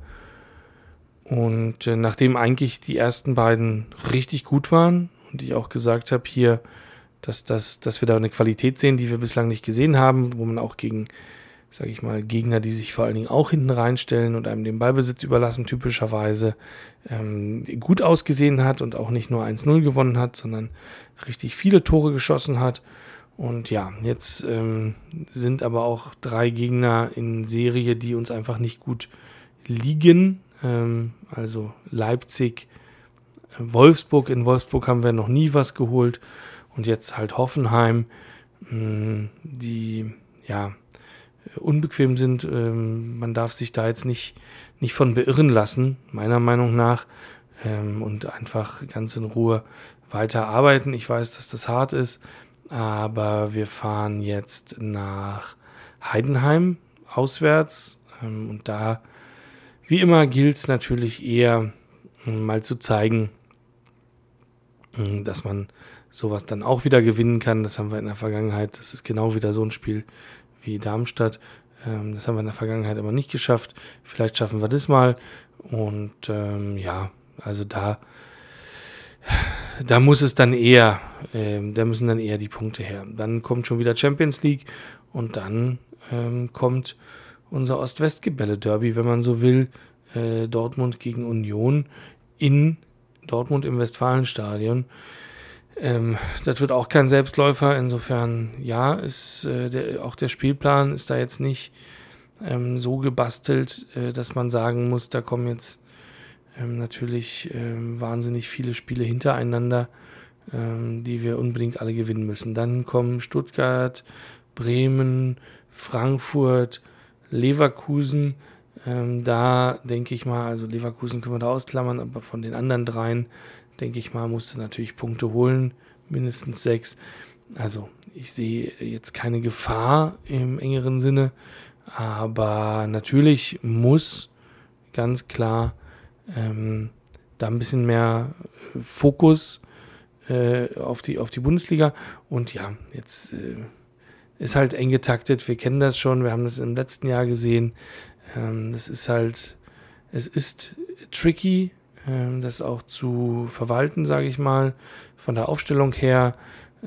Und äh, nachdem eigentlich die ersten beiden richtig gut waren und ich auch gesagt habe hier, dass, das, dass wir da eine Qualität sehen, die wir bislang nicht gesehen haben, wo man auch gegen, sage ich mal, Gegner, die sich vor allen Dingen auch hinten reinstellen und einem den Ballbesitz überlassen, typischerweise ähm, gut ausgesehen hat und auch nicht nur eins null gewonnen hat, sondern richtig viele Tore geschossen hat. Und ja, jetzt ähm, sind aber auch drei Gegner in Serie, die uns einfach nicht gut liegen. Ähm, also Leipzig, Wolfsburg. In Wolfsburg haben wir noch nie was geholt. Und jetzt halt Hoffenheim, mh, die ja unbequem sind. Ähm, man darf sich da jetzt nicht, nicht von beirren lassen, meiner Meinung nach. Ähm, und einfach ganz in Ruhe weiter arbeiten. Ich weiß, dass das hart ist. Aber wir fahren jetzt nach Heidenheim auswärts. Ähm, und da, wie immer, gilt es natürlich eher, ähm, mal zu zeigen, ähm, dass man sowas dann auch wieder gewinnen kann. Das haben wir in der Vergangenheit, das ist genau wieder so ein Spiel wie Darmstadt. Ähm, das haben wir in der Vergangenheit aber nicht geschafft. Vielleicht schaffen wir das mal. Und ähm, ja, also da, da muss es dann eher, ähm, da müssen dann eher die Punkte her. Dann kommt schon wieder Champions League und dann ähm, kommt unser Ost-West-Gebälle-Derby, wenn man so will, äh, Dortmund gegen Union in Dortmund im Westfalenstadion. Ähm, das wird auch kein Selbstläufer, insofern ja, ist äh, der, auch der Spielplan ist da jetzt nicht ähm, so gebastelt, äh, dass man sagen muss, da kommen jetzt ähm, natürlich ähm, wahnsinnig viele Spiele hintereinander, ähm, die wir unbedingt alle gewinnen müssen. Dann kommen Stuttgart, Bremen, Frankfurt, Leverkusen. Ähm, da denke ich mal, also Leverkusen können wir da ausklammern, aber von den anderen dreien denke ich mal, musste natürlich Punkte holen, mindestens sechs. Also ich sehe jetzt keine Gefahr im engeren Sinne, aber natürlich muss ganz klar ähm, da ein bisschen mehr Fokus äh, auf die, auf die Bundesliga. Und ja, jetzt äh, ist halt eng getaktet, wir kennen das schon, wir haben das im letzten Jahr gesehen. Ähm, das ist halt, es ist tricky, das auch zu verwalten, sage ich mal, von der Aufstellung her.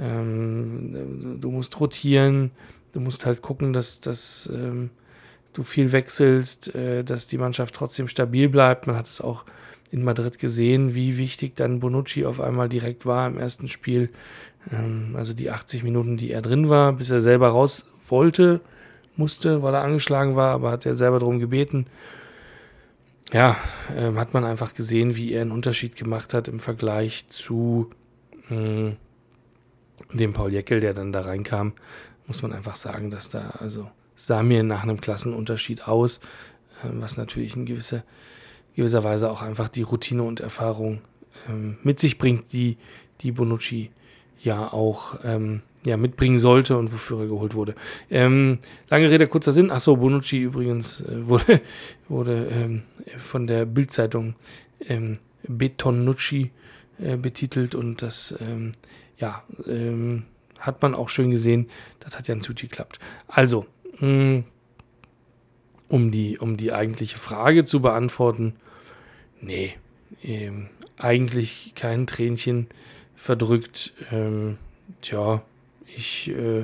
Ähm, du musst rotieren, du musst halt gucken, dass, dass ähm, du viel wechselst, äh, dass die Mannschaft trotzdem stabil bleibt. Man hat es auch in Madrid gesehen, wie wichtig dann Bonucci auf einmal direkt war im ersten Spiel. Ähm, also die achtzig Minuten, die er drin war, bis er selber raus wollte, musste, weil er angeschlagen war, aber hat er selber darum gebeten. Ja, ähm, hat man einfach gesehen, wie er einen Unterschied gemacht hat im Vergleich zu mh, dem Paul Jäckel, der dann da reinkam. Muss man einfach sagen, dass da, also sah mir nach einem Klassenunterschied aus, äh, was natürlich in gewisser, gewisser Weise auch einfach die Routine und Erfahrung ähm, mit sich bringt, die, die Bonucci ja auch ähm, ja, mitbringen sollte und wofür er geholt wurde. Ähm, lange Rede, kurzer Sinn. Achso, Bonucci übrigens äh, wurde, wurde ähm, von der Bild-Zeitung ähm, Betonucci äh, betitelt und das ähm, ja, ähm, hat man auch schön gesehen. Das hat ja ganz gut geklappt. Also, mh, um die, um die eigentliche Frage zu beantworten, nee, ähm, eigentlich kein Tränchen verdrückt. Ähm, tja, Ich, äh,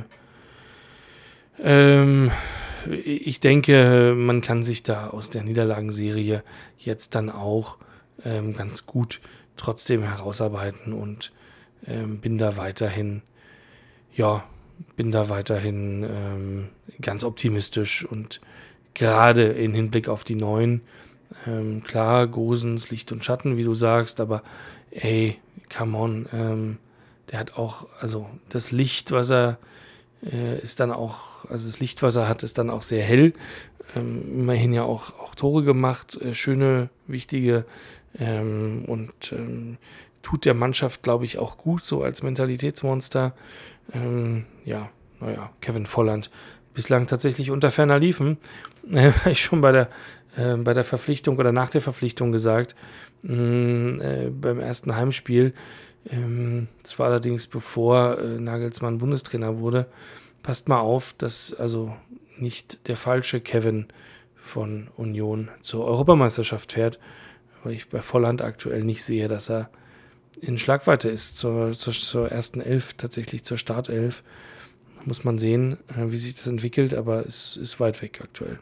ähm, ich denke, man kann sich da aus der Niederlagenserie jetzt dann auch ähm, ganz gut trotzdem herausarbeiten und ähm, bin da weiterhin, ja, bin da weiterhin ähm, ganz optimistisch und gerade in Hinblick auf die Neuen, ähm, klar, Gosens Licht und Schatten, wie du sagst, aber ey, come on, ähm, der hat auch, also das Licht, was er äh, ist dann auch, also das Licht, was er hat, ist dann auch sehr hell. Ähm, immerhin ja auch, auch Tore gemacht, äh, schöne, wichtige ähm, und ähm, tut der Mannschaft, glaube ich, auch gut, so als Mentalitätsmonster. Ähm, ja, naja, Kevin Volland bislang tatsächlich unter ferner Liefen. Äh, habe ich schon bei der, äh, bei der Verpflichtung oder nach der Verpflichtung gesagt, mh, äh, beim ersten Heimspiel. Das war allerdings bevor äh, Nagelsmann Bundestrainer wurde. Passt mal auf, dass also nicht der falsche Kevin von Union zur Europameisterschaft fährt, weil ich bei Volland aktuell nicht sehe, dass er in Schlagweite ist zur, zur, zur ersten Elf, tatsächlich zur Startelf. Da muss man sehen, äh, wie sich das entwickelt, aber es ist weit weg aktuell.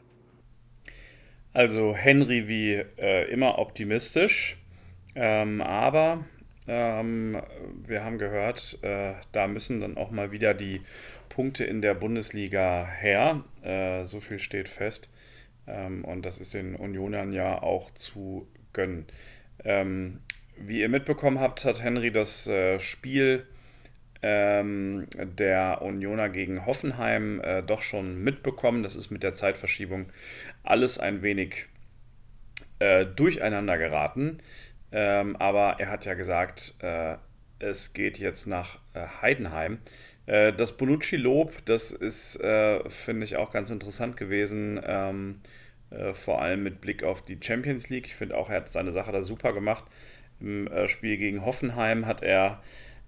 Also Henry wie äh, immer optimistisch, ähm, aber Ähm, wir haben gehört, äh, da müssen dann auch mal wieder die Punkte in der Bundesliga her. Äh, so viel steht fest. Ähm, und das ist den Unionern ja auch zu gönnen. Ähm, wie ihr mitbekommen habt, hat Henry das äh, Spiel ähm, der Unioner gegen Hoffenheim äh, doch schon mitbekommen. Das ist mit der Zeitverschiebung alles ein wenig äh, durcheinander geraten. Ähm, aber er hat ja gesagt, äh, es geht jetzt nach äh, Heidenheim. Äh, das Bonucci-Lob, das ist, äh, finde ich, auch ganz interessant gewesen, ähm, äh, vor allem mit Blick auf die Champions League. Ich finde auch, er hat seine Sache da super gemacht. Im äh, Spiel gegen Hoffenheim hat er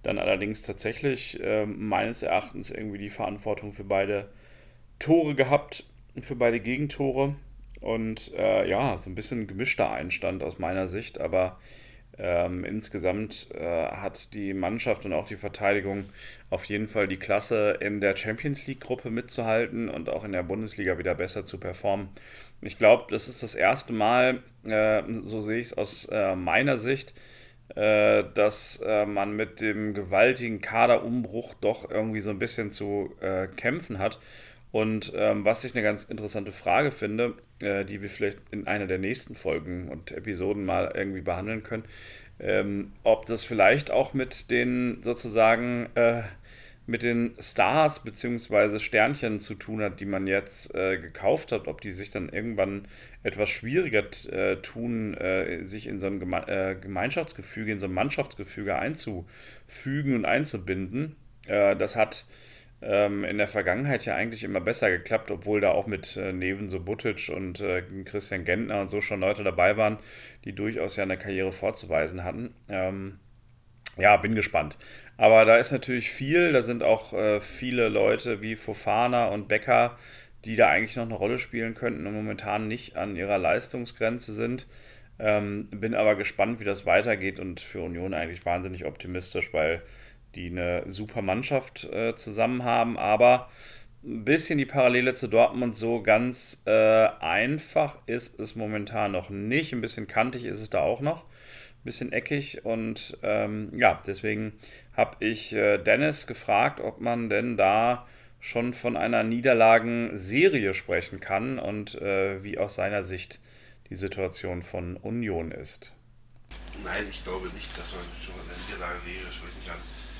dann allerdings tatsächlich äh, meines Erachtens irgendwie die Verantwortung für beide Tore gehabt, für beide Gegentore. Und äh, ja, so ein bisschen gemischter Einstand aus meiner Sicht, aber ähm, insgesamt äh, hat die Mannschaft und auch die Verteidigung auf jeden Fall die Klasse, in der Champions League-Gruppe mitzuhalten und auch in der Bundesliga wieder besser zu performen. Ich glaube, das ist das erste Mal, äh, so sehe ich es aus äh, meiner Sicht, äh, dass äh, man mit dem gewaltigen Kaderumbruch doch irgendwie so ein bisschen zu äh, kämpfen hat. Und ähm, was ich eine ganz interessante Frage finde, äh, die wir vielleicht in einer der nächsten Folgen und Episoden mal irgendwie behandeln können, ähm, ob das vielleicht auch mit den sozusagen äh, mit den Stars bzw. Sternchen zu tun hat, die man jetzt äh, gekauft hat, ob die sich dann irgendwann etwas schwieriger äh, tun, äh, sich in so ein Geme äh, Gemeinschaftsgefüge, in so ein Mannschaftsgefüge einzufügen und einzubinden. Äh, das hat ähm, in der Vergangenheit ja eigentlich immer besser geklappt, obwohl da auch mit äh, Neven Subotic und äh, Christian Gentner und so schon Leute dabei waren, die durchaus ja eine Karriere vorzuweisen hatten. Ähm, ja, bin gespannt. Aber da ist natürlich viel, da sind auch äh, viele Leute wie Fofana und Becker, die da eigentlich noch eine Rolle spielen könnten und momentan nicht an ihrer Leistungsgrenze sind. Ähm, bin aber gespannt, wie das weitergeht und für Union eigentlich wahnsinnig optimistisch, weil die eine super Mannschaft äh, zusammen haben, aber ein bisschen die Parallele zu Dortmund, so ganz äh, einfach ist es momentan noch nicht. Ein bisschen kantig ist es da auch noch. Ein bisschen eckig und ähm, ja, deswegen habe ich äh, Dennis gefragt, ob man denn da schon von einer Niederlagenserie sprechen kann und äh, wie aus seiner Sicht die Situation von Union ist. Nein, ich glaube nicht, dass man schon von einer Niederlagenserie sprechen kann.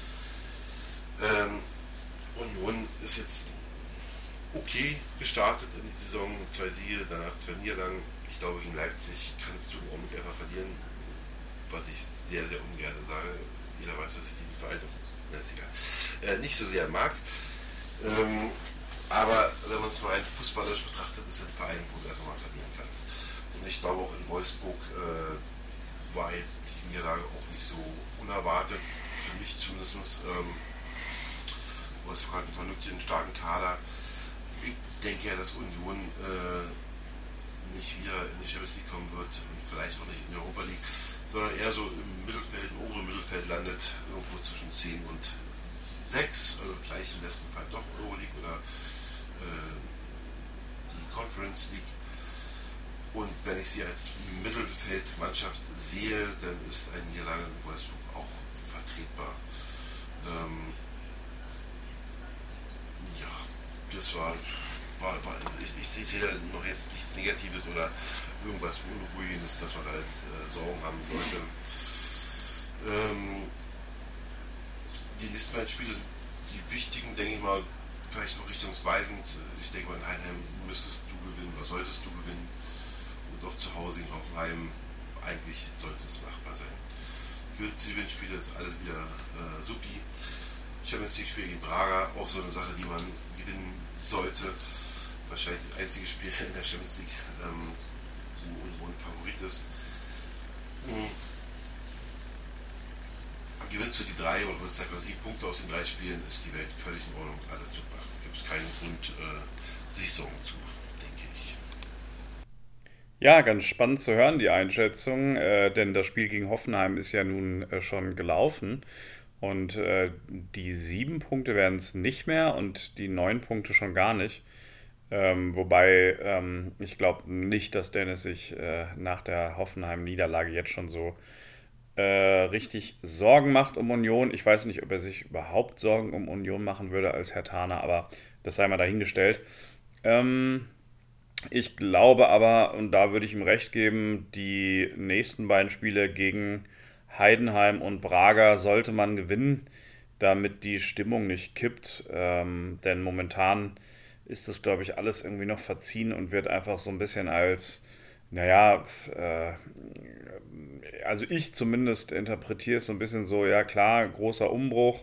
Ähm, Union ist jetzt okay gestartet in die Saison, zwei Siege, danach zwei Niederlagen. Ich glaube, gegen Leipzig kannst du auch mit einfach verlieren, was ich sehr, sehr ungern sage. Jeder weiß, dass ich diesen Verein äh, nicht so sehr mag. Ähm, aber wenn man es mal rein fußballerisch betrachtet, ist es ein Verein, wo du einfach mal verlieren kannst. Und ich glaube auch in Wolfsburg äh, war jetzt die Niederlage auch nicht so unerwartet, für mich zumindest. Ähm, Wolfsburg hat einen vernünftigen, starken Kader. Ich denke ja, dass Union äh, nicht wieder in die Champions League kommen wird und vielleicht auch nicht in die Europa League, sondern eher so im Mittelfeld, im oberen Mittelfeld landet, irgendwo zwischen zehn und sechs, also vielleicht im besten Fall doch Euroleague oder äh, die Conference League. Und wenn ich sie als Mittelfeldmannschaft sehe, dann ist ein Niederlage in Wolfsburg auch vertretbar. Ähm, ja, das war, war, war ich, ich, ich sehe da noch jetzt nichts Negatives oder irgendwas Unruhiges, dass man da jetzt äh, Sorgen haben sollte. Ähm, die nächsten beiden Spiele sind die wichtigen, denke ich mal, vielleicht auch richtungsweisend. Ich denke mal, in Heidenheim müsstest du gewinnen oder solltest du gewinnen. Und auch zu Hause in Hoffenheim, eigentlich sollte es machbar sein. Gewinnt die Gewinnspiele, ist alles wieder äh, supi. Champions League Spiel gegen Braga, auch so eine Sache, die man gewinnen sollte. Wahrscheinlich das einzige Spiel in der Champions League, ähm, wo Union Favorit ist. Mhm. Gewinnst du die drei oder sag mal, sieben Punkte aus den drei Spielen, ist die Welt völlig in Ordnung, alles super. Gibt es keinen Grund, äh, sich Sorgen zu machen, denke ich. Ja, ganz spannend zu hören, die Einschätzung, äh, denn das Spiel gegen Hoffenheim ist ja nun äh, schon gelaufen und äh, die sieben Punkte werden es nicht mehr und die neun Punkte schon gar nicht. Ähm, wobei ähm, ich glaube nicht, dass Dennis sich äh, nach der Hoffenheim-Niederlage jetzt schon so äh, richtig Sorgen macht um Union. Ich weiß nicht, ob er sich überhaupt Sorgen um Union machen würde als Herr Thaner, aber das sei mal dahingestellt. Ähm, ich glaube aber, und da würde ich ihm recht geben, die nächsten beiden Spiele gegen Heidenheim und Braga sollte man gewinnen, damit die Stimmung nicht kippt. Ähm, denn momentan ist das, glaube ich, alles irgendwie noch verziehen und wird einfach so ein bisschen als, naja, äh, also ich zumindest interpretiere es so ein bisschen so, ja klar, großer Umbruch,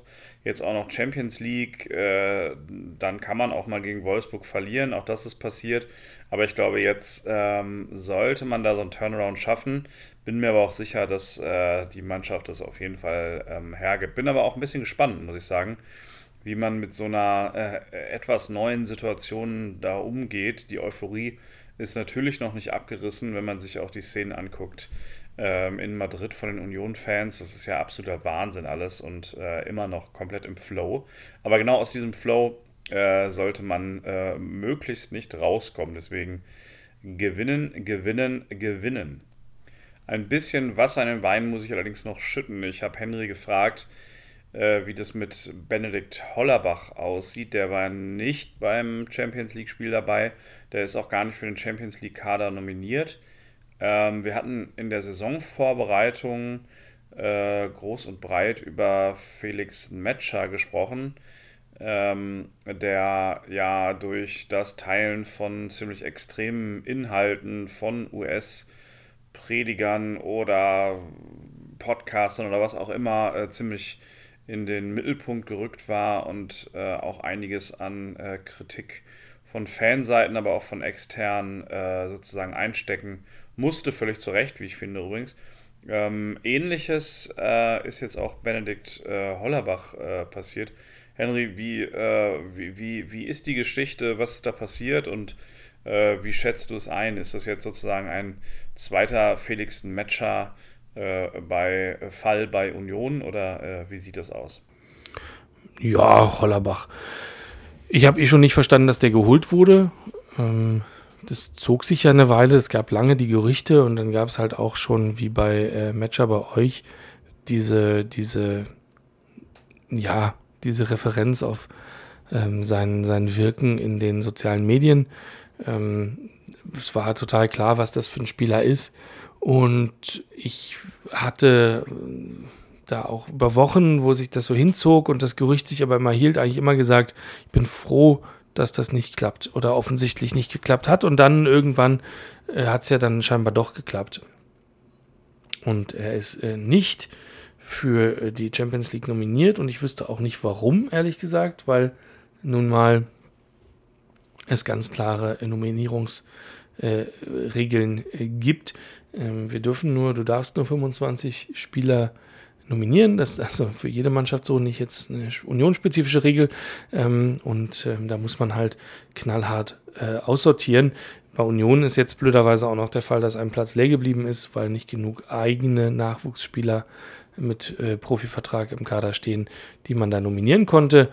jetzt auch noch Champions League, äh, dann kann man auch mal gegen Wolfsburg verlieren, auch das ist passiert. Aber ich glaube, jetzt ähm, sollte man da so einen Turnaround schaffen. Bin mir aber auch sicher, dass äh, die Mannschaft das auf jeden Fall ähm, hergibt. Bin aber auch ein bisschen gespannt, muss ich sagen, wie man mit so einer äh, etwas neuen Situation da umgeht. Die Euphorie ist natürlich noch nicht abgerissen, wenn man sich auch die Szenen anguckt ähm, in Madrid von den Union-Fans. Das ist ja absoluter Wahnsinn alles und äh, immer noch komplett im Flow. Aber genau aus diesem Flow äh, sollte man äh, möglichst nicht rauskommen. Deswegen gewinnen, gewinnen, gewinnen. Ein bisschen Wasser in den Wein muss ich allerdings noch schütten. Ich habe Henry gefragt, äh, wie das mit Benedikt Hollerbach aussieht. Der war nicht beim Champions League-Spiel dabei. Der ist auch gar nicht für den Champions League-Kader nominiert. Ähm, wir hatten in der Saisonvorbereitung äh, groß und breit über Felix Metscher gesprochen, ähm, der ja durch das Teilen von ziemlich extremen Inhalten von U S-Predigern oder Podcastern oder was auch immer äh, ziemlich in den Mittelpunkt gerückt war und äh, auch einiges an äh, Kritik von Fanseiten, aber auch von externen äh, sozusagen einstecken musste, völlig zu Recht, wie ich finde übrigens. Ähm, Ähnliches äh, ist jetzt auch Benedikt äh, Hollerbach äh, passiert. Henry, wie, äh, wie, wie, wie ist die Geschichte, was ist da passiert und äh, wie schätzt du es ein? Ist das jetzt sozusagen ein zweiter Felix Metscher äh, bei Fall bei Union oder äh, wie sieht das aus? Ja, Hollerbach. Ich habe eh schon nicht verstanden, dass der geholt wurde. Ähm, das zog sich ja eine Weile. Es gab lange die Gerüchte und dann gab es halt auch schon, wie bei äh, Metscher bei euch, diese, diese, ja, diese Referenz auf ähm, sein, sein Wirken in den sozialen Medien. Ähm, es war total klar, was das für ein Spieler ist. Und ich hatte da auch über Wochen, wo sich das so hinzog und das Gerücht sich aber immer hielt, eigentlich immer gesagt, ich bin froh, dass das nicht klappt oder offensichtlich nicht geklappt hat. Und dann irgendwann äh, hat es ja dann scheinbar doch geklappt. Und er ist äh, nicht für äh, die Champions League nominiert und ich wüsste auch nicht warum, ehrlich gesagt, weil nun mal es ganz klare äh, Nominierungsregeln äh, äh, gibt. Ähm, wir dürfen nur, du darfst nur fünfundzwanzig Spieler nominieren. Das ist also für jede Mannschaft so, nicht jetzt eine unionsspezifische Regel. Ähm, und ähm, da muss man halt knallhart äh, aussortieren. Bei Union ist jetzt blöderweise auch noch der Fall, dass ein Platz leer geblieben ist, weil nicht genug eigene Nachwuchsspieler mit äh, Profivertrag im Kader stehen, die man da nominieren konnte.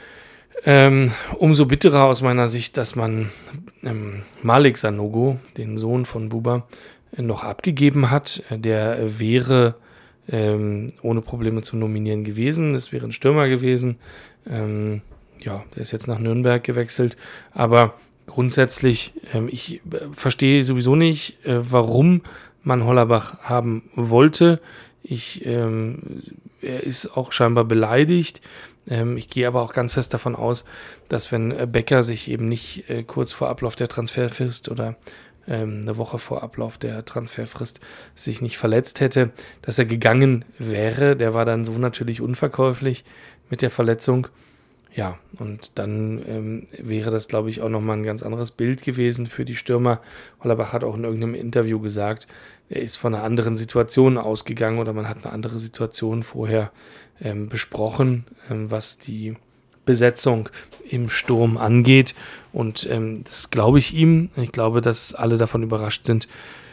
Ähm, umso bitterer aus meiner Sicht, dass man ähm, Malik Sanogo, den Sohn von Buba, äh, noch abgegeben hat. Der äh, wäre ähm, ohne Probleme zu nominieren gewesen. Es wäre ein Stürmer gewesen. Ähm, ja, der ist jetzt nach Nürnberg gewechselt. Aber grundsätzlich, ähm, ich äh, verstehe sowieso nicht, äh, warum man Hollerbach haben wollte. Ich, ähm, er ist auch scheinbar beleidigt. Ähm, ich gehe aber auch ganz fest davon aus, dass wenn äh, Becker sich eben nicht äh, kurz vor Ablauf der Transferfrist oder ähm, eine Woche vor Ablauf der Transferfrist sich nicht verletzt hätte, dass er gegangen wäre. Der war dann so natürlich unverkäuflich mit der Verletzung. Ja, und dann ähm, wäre das, glaube ich, auch nochmal ein ganz anderes Bild gewesen für die Stürmer. Hollerbach hat auch in irgendeinem Interview gesagt, er ist von einer anderen Situation ausgegangen oder man hat eine andere Situation vorher ähm, besprochen, ähm, was die Besetzung im Sturm angeht. Und ähm, das glaube ich ihm. Ich glaube, dass alle davon überrascht sind,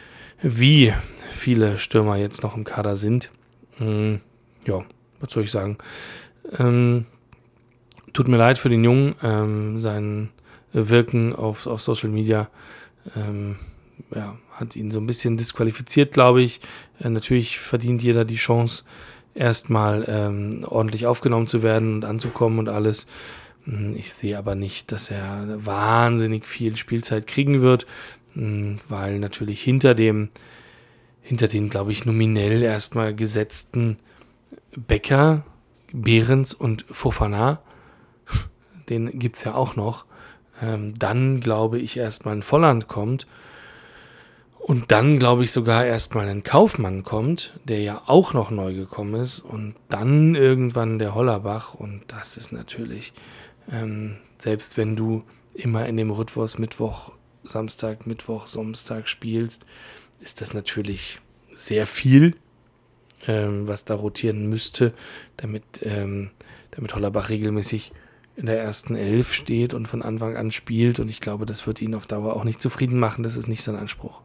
wie viele Stürmer jetzt noch im Kader sind. Ähm, ja, was soll ich sagen? Ähm, tut mir leid für den Jungen. Ähm, sein Wirken auf, auf Social Media ähm, ja, hat ihn so ein bisschen disqualifiziert, glaube ich. Äh, natürlich verdient jeder die Chance, erstmal ähm, ordentlich aufgenommen zu werden und anzukommen und alles. Ich sehe aber nicht, dass er wahnsinnig viel Spielzeit kriegen wird, weil natürlich hinter dem, hinter den, glaube ich, nominell erstmal gesetzten Becker, Behrens und Fofana, den gibt es ja auch noch, ähm, dann glaube ich erstmal ein Volland kommt. Und dann, glaube ich, sogar erstmal ein Kaufmann kommt, der ja auch noch neu gekommen ist. Und dann irgendwann der Hollerbach. Und das ist natürlich, ähm, selbst wenn du immer in dem Rhythmus Mittwoch, Samstag, Mittwoch, Samstag spielst, ist das natürlich sehr viel, ähm, was da rotieren müsste, damit, ähm, damit Hollerbach regelmäßig in der ersten Elf steht und von Anfang an spielt. Und ich glaube, das wird ihn auf Dauer auch nicht zufrieden machen. Das ist nicht sein Anspruch.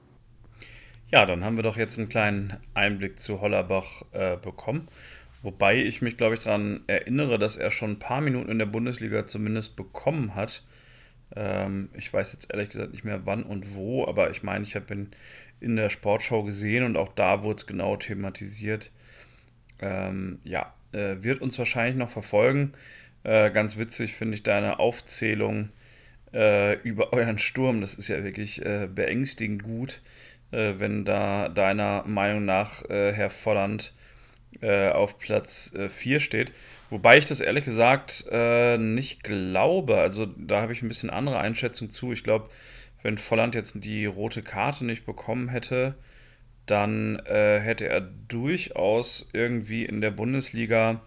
Ja, dann haben wir doch jetzt einen kleinen Einblick zu Hollerbach äh, bekommen. Wobei ich mich, glaube ich, daran erinnere, dass er schon ein paar Minuten in der Bundesliga zumindest bekommen hat. Ähm, ich weiß jetzt ehrlich gesagt nicht mehr wann und wo, aber ich meine, ich habe ihn in der Sportschau gesehen und auch da wurde es genau thematisiert. Ähm, ja, äh, wird uns wahrscheinlich noch verfolgen. Äh, ganz witzig finde ich deine Aufzählung äh, über euren Sturm. Das ist ja wirklich äh, beängstigend gut, äh, wenn da deiner Meinung nach äh, Herr Volland äh, auf Platz vier äh, steht. Wobei ich das ehrlich gesagt äh, nicht glaube. Also da habe ich ein bisschen andere Einschätzung zu. Ich glaube, wenn Volland jetzt die rote Karte nicht bekommen hätte, dann äh, hätte er durchaus irgendwie in der Bundesliga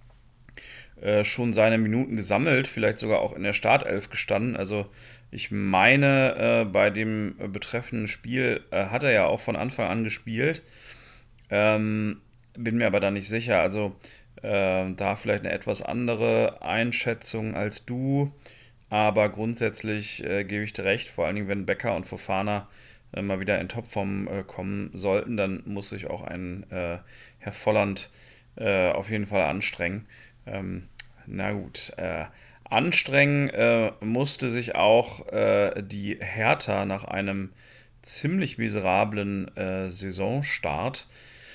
äh, schon seine Minuten gesammelt, vielleicht sogar auch in der Startelf gestanden. Also ich meine, äh, bei dem betreffenden Spiel äh, hat er ja auch von Anfang an gespielt. Ähm, bin mir aber da nicht sicher. Also äh, da vielleicht eine etwas andere Einschätzung als du. Aber grundsätzlich äh, gebe ich dir recht, vor allen Dingen, wenn Becker und Fofana äh, mal wieder in Topform äh, kommen sollten, dann muss sich auch ein äh, Herr Volland äh, auf jeden Fall anstrengen. Ähm, na gut, äh, anstrengen äh, musste sich auch äh, die Hertha nach einem ziemlich miserablen äh, Saisonstart.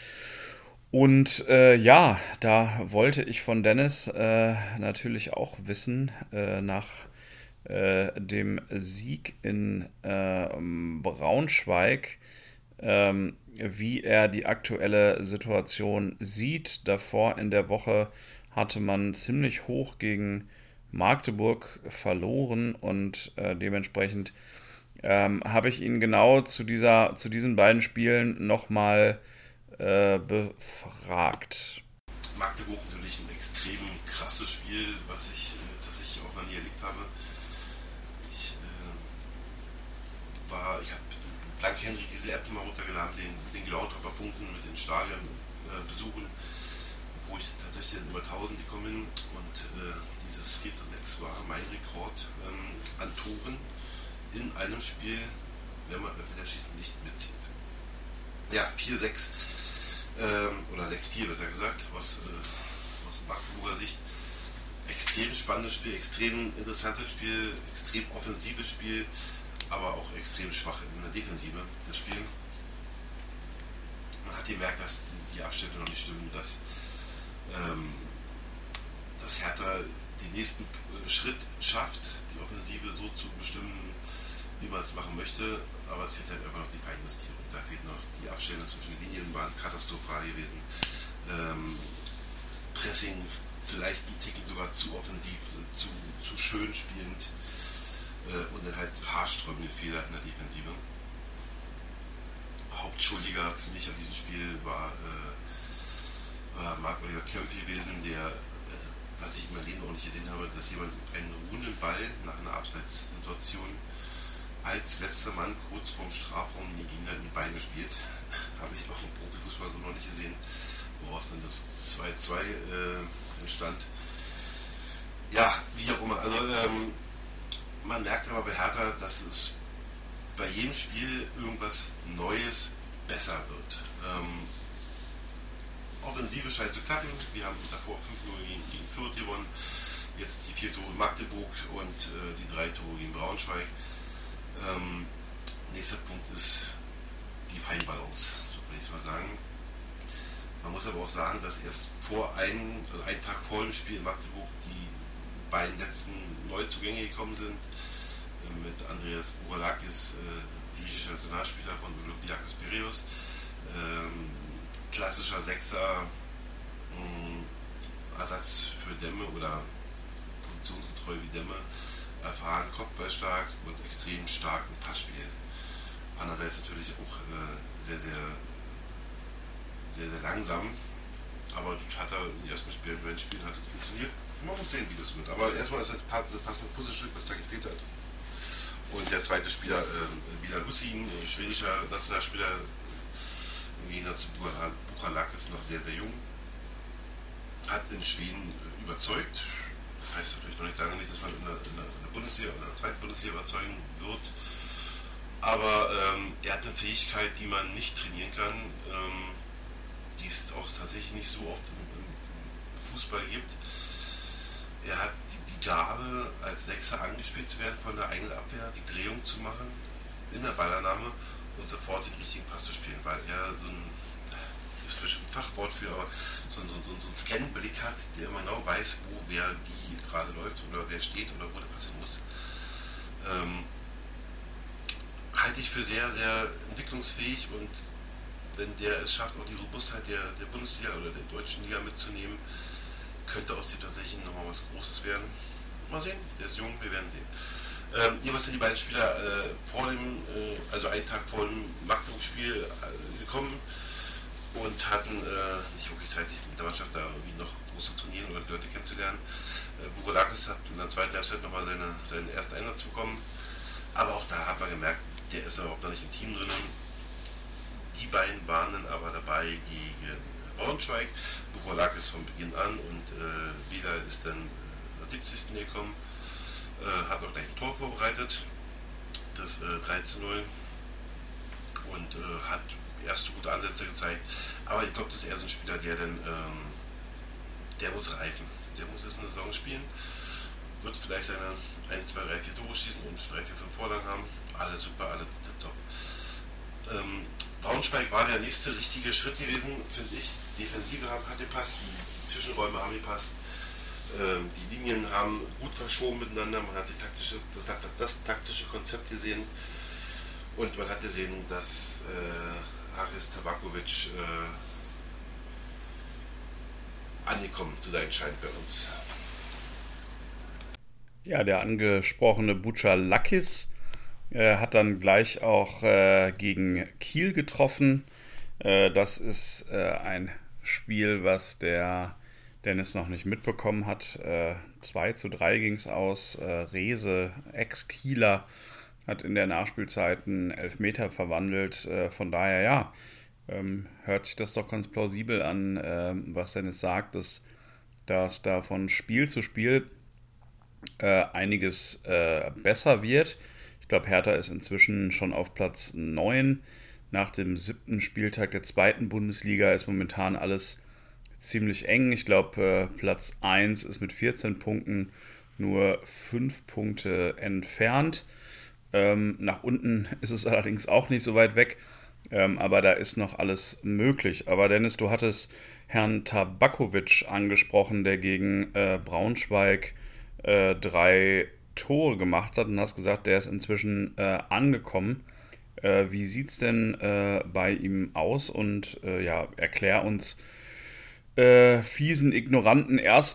Und äh, ja, da wollte ich von Dennis äh, natürlich auch wissen, äh, nach äh, dem Sieg in äh, Braunschweig, ähm, wie er die aktuelle Situation sieht. Davor in der Woche hatte man ziemlich hoch gegen Magdeburg verloren und äh, dementsprechend ähm, habe ich ihn genau zu, dieser, zu diesen beiden Spielen nochmal äh, befragt. Magdeburg natürlich ein extrem krasses Spiel, was ich äh, tatsächlich auch noch nie erlebt habe. Ich äh, war, ich habe dank Henry diese App mal runtergeladen, den, den Groundhopper-Punkten mit den Stadion äh, besuchen, wo ich tatsächlich über tausend gekommen bin und äh, dieses vier zu sechs war mein Rekord ähm, an Toren in einem Spiel, wenn man Elfmeterschießen nicht mitzieht. Ja, vier sechs ähm, oder sechs vier besser gesagt, aus, äh, aus Magdeburger Sicht. Extrem spannendes Spiel, extrem interessantes Spiel, extrem offensives Spiel, aber auch extrem schwach in der Defensive, das Spiel. Man hat gemerkt, dass die Abstände noch nicht stimmen, dass, ähm, dass Hertha den nächsten Schritt schafft, die Offensive so zu bestimmen, wie man es machen möchte, aber es fehlt halt einfach noch die Feinjustierung. Da fehlt noch die Abstände zwischen den Linien, waren katastrophal gewesen. Ähm, Pressing vielleicht ein Ticken sogar zu offensiv, zu, zu schön spielend äh, und dann halt haarsträubende Fehler in der Defensive. Hauptschuldiger für mich an diesem Spiel war, äh, war Marc-Oliver Kempf gewesen, der, äh, was ich in meinem Leben auch nicht gesehen habe, dass jemand einen ruhenden Ball nach einer Abseitssituation als letzter Mann kurz vorm Strafraum die Gegner in die Beine spielt. Habe ich auch im Profifußball so noch nicht gesehen, woraus dann das zwei zwei äh, entstand. Ja, wie auch immer. Also ähm, man merkt aber bei Hertha, dass es bei jedem Spiel irgendwas Neues besser wird. Ähm, Offensive scheint zu klappen. Wir haben davor fünf null gegen, gegen Fürth gewonnen. Jetzt die vier Tore in Magdeburg und äh, die drei Tore gegen Braunschweig. Ähm, nächster Punkt ist die Feinbalance, so würde ich es mal sagen. Man muss aber auch sagen, dass erst vor einem, also einen Tag vor dem Spiel in Magdeburg die beiden letzten Neuzugänge gekommen sind. Äh, mit Andreas Bouchalakis, äh, griechischer Nationalspieler von Olympiakos Piräus. Ähm, klassischer Sechser, mh, Ersatz für Demme oder positionsgetreu wie Demme. Erfahren, kopfballstark und extrem stark im Passspiel. Andererseits natürlich auch äh, sehr, sehr, sehr, sehr langsam. Aber das hat er in den ersten Spielen, bei den Spielen hat es funktioniert. Man muss sehen, wie das wird. Aber erstmal ist das passende Puzzlestück, was da gefehlt hat. Und der zweite Spieler, äh, Bilal Hussein, ein schwedischer Nationalspieler, im Gegensatz zu Buchalak, ist noch sehr, sehr jung. Hat in Schweden äh, überzeugt. Das heißt natürlich noch nicht lange nicht, dass man in der, in der, in der Bundesliga oder in der zweiten Bundesliga überzeugen wird. Aber ähm, er hat eine Fähigkeit, die man nicht trainieren kann, ähm, die es auch tatsächlich nicht so oft im, im Fußball gibt. Er hat die, die Gabe, als Sechser angespielt zu werden von der eigenen Abwehr, die Drehung zu machen in der Ballannahme und sofort den richtigen Pass zu spielen, weil er so ein, das ist bestimmt ein Fachwort für, aber so, so, so, so einen Scan-Blick hat, der immer genau weiß, wo wer wie gerade läuft oder wer steht oder wo der passieren muss. Ähm, halte ich für sehr, sehr entwicklungsfähig, und wenn der es schafft, auch die Robustheit der, der Bundesliga oder der deutschen Liga mitzunehmen, könnte aus dem tatsächlich nochmal was Großes werden. Mal sehen, der ist jung, wir werden sehen. Ähm, jeweils sind die beiden Spieler äh, vor dem, äh, also einen Tag vor dem Magdeburg-Spiel äh, gekommen und hatten äh, nicht wirklich Zeit, sich mit der Mannschaft da irgendwie noch groß zu trainieren oder die Leute kennenzulernen. Äh, Buchalakis hat in der zweiten Halbzeit nochmal seine, seinen ersten Einsatz bekommen, aber auch da hat man gemerkt, der ist überhaupt noch nicht im Team drin. Die beiden waren dann aber dabei gegen Braunschweig. Buchalakis von Beginn an und äh, Bilal ist dann äh, in der siebzigsten gekommen, äh, hat auch gleich ein Tor vorbereitet, das äh, drei zu null, und äh, hat erste gute Ansätze gezeigt, aber ich glaube, das ist eher so ein Spieler, der dann, ähm, der muss reifen, der muss jetzt eine Saison spielen, wird vielleicht seine eins, zwei, drei, vier Tore schießen und drei, vier, fünf Vorlagen haben, alle super, alle top. Ähm, Braunschweig war der nächste richtige Schritt gewesen, finde ich. Defensive hat gepasst, die Zwischenräume haben gepasst, ähm, die Linien haben gut verschoben miteinander, man hat die taktische, das, das, das taktische Konzept gesehen, und man hat gesehen, dass äh, Haris Tabakovic äh, angekommen zu sein scheint bei uns. Ja, der angesprochene Buchalakis äh, hat dann gleich auch äh, gegen Kiel getroffen. Äh, das ist äh, ein Spiel, was der Dennis noch nicht mitbekommen hat. Äh, zwei zu drei ging es aus. Äh, Rehse, Ex-Kieler, hat in der Nachspielzeit einen Elfmeter verwandelt. Äh, von daher, ja, ähm, hört sich das doch ganz plausibel an, äh, was Dennis sagt, dass, dass da von Spiel zu Spiel äh, einiges äh, besser wird. Ich glaube, Hertha ist inzwischen schon auf Platz neun. Nach dem siebten Spieltag der zweiten Bundesliga ist momentan alles ziemlich eng. Ich glaube, äh, Platz eins ist mit vierzehn Punkten nur fünf Punkte entfernt. Ähm, nach unten ist es allerdings auch nicht so weit weg, ähm, aber da ist noch alles möglich. Aber Dennis, du hattest Herrn Tabakovic angesprochen, der gegen äh, Braunschweig äh, drei Tore gemacht hat, und hast gesagt, der ist inzwischen äh, angekommen. Äh, wie sieht es denn äh, bei ihm aus? Und äh, ja, erklär uns Äh, fiesen, ignoranten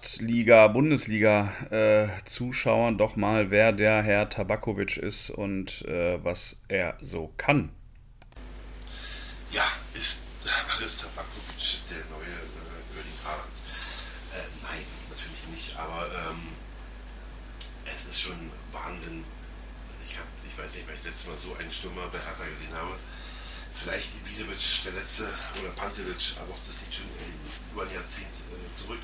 Erstliga-Bundesliga-Zuschauern äh, doch mal, wer der Herr Tabakovic ist und äh, was er so kann. Ja, ist Haris Tabakovic der neue äh, Erling Haaland? Äh, nein, natürlich nicht, aber ähm, es ist schon Wahnsinn. Ich, hab, ich weiß nicht, weil ich letztes Mal so einen Stürmer bei Hertha gesehen habe. Vielleicht Ibisevic, der letzte, oder Pantelic, aber auch das liegt schon über ein Jahrzehnt äh, zurück.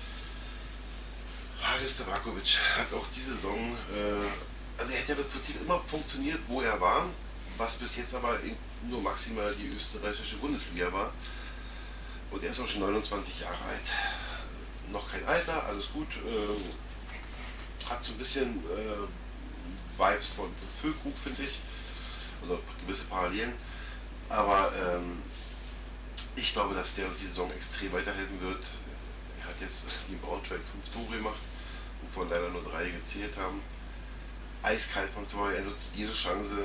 Haris Tabakovic hat auch diese Saison, äh, also er hat ja im Prinzip immer funktioniert, wo er war, was bis jetzt aber nur maximal die österreichische Bundesliga war. Und er ist auch schon neunundzwanzig Jahre alt. Noch kein Alter, alles gut. Äh, hat so ein bisschen äh, Vibes von Füllkrug, finde ich. Also gewisse Parallelen. Aber ähm, ich glaube, dass der uns die Saison extrem weiterhelfen wird. Er hat jetzt gegen Braunschweig fünf Tore gemacht, wovon leider nur drei gezählt haben. Eiskalt vom Tor, er nutzt jede Chance.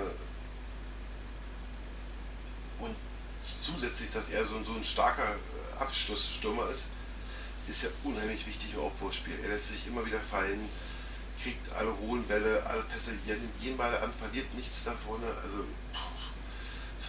Und zusätzlich, dass er so, so ein starker Abschlussstürmer ist, ist ja unheimlich wichtig im Aufbauspiel. Er lässt sich immer wieder fallen, kriegt alle hohen Bälle, alle Pässe, er nimmt jeden Ball an, verliert nichts da vorne. Also,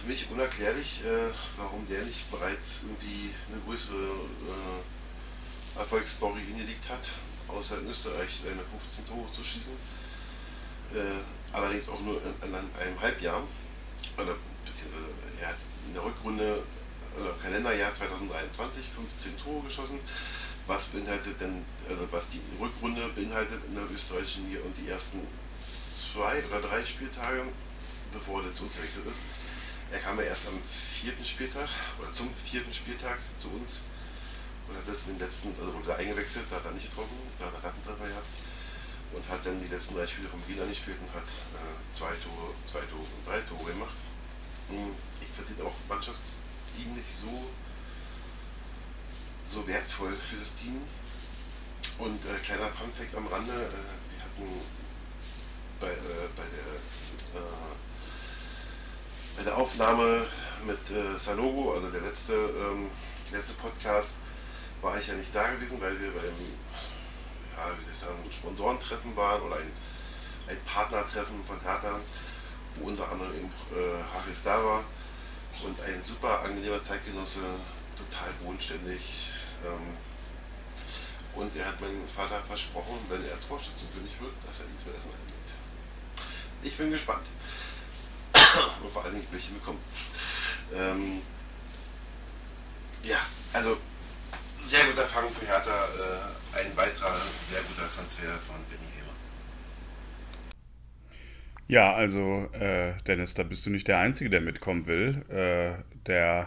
für mich unerklärlich, äh, warum der nicht bereits irgendwie eine größere äh, Erfolgsstory hingelegt hat, außer in Österreich seine fünfzehn Tore zu schießen. Äh, allerdings auch nur in, in einem Halbjahr. Oder, beziehungsweise er hat in der Rückrunde, also Kalenderjahr zwanzig dreiundzwanzig, fünfzehn Tore geschossen. Was beinhaltet denn, also was die Rückrunde beinhaltet in der österreichischen Liga und die ersten zwei oder drei Spieltage, bevor er zu uns gewechselt ist. Er kam ja erst am vierten Spieltag oder zum vierten Spieltag zu uns und hat das in den letzten, also wurde er eingewechselt, da hat er nicht getroffen, da hat er Lattentreffer gehabt und hat dann die letzten drei Spiele vom Beginn an gespielt und hat äh, zwei Tore, zwei Tore und drei Tore gemacht. Ich finde ihn auch mannschaftsdienlich so so wertvoll für das Team. Und äh, kleiner Funfact am Rande, äh, wir hatten bei, äh, bei, der, äh, bei der Aufnahme mit äh, Sanogo, also der letzte, ähm, letzte Podcast, war ich ja nicht da gewesen, weil wir beim ja, wie soll ich sagen, Sponsorentreffen waren oder ein, ein Partnertreffen von Hertha, wo unter anderem eben äh, Haris da war und ein super angenehmer Zeitgenosse, total bodenständig. Ähm, und er hat meinem Vater versprochen, wenn er Torschützenkönig wird, dass er ihn zum Essen einlädt. Ich bin gespannt. Und vor allen Dingen will ich ihn bekommen. Ähm, ja, also sehr guter Fang für Hertha. Äh, ein weiterer sehr guter Transfer von Benny Weber. Ja, also äh, Dennis, da bist du nicht der Einzige, der mitkommen will. Äh, der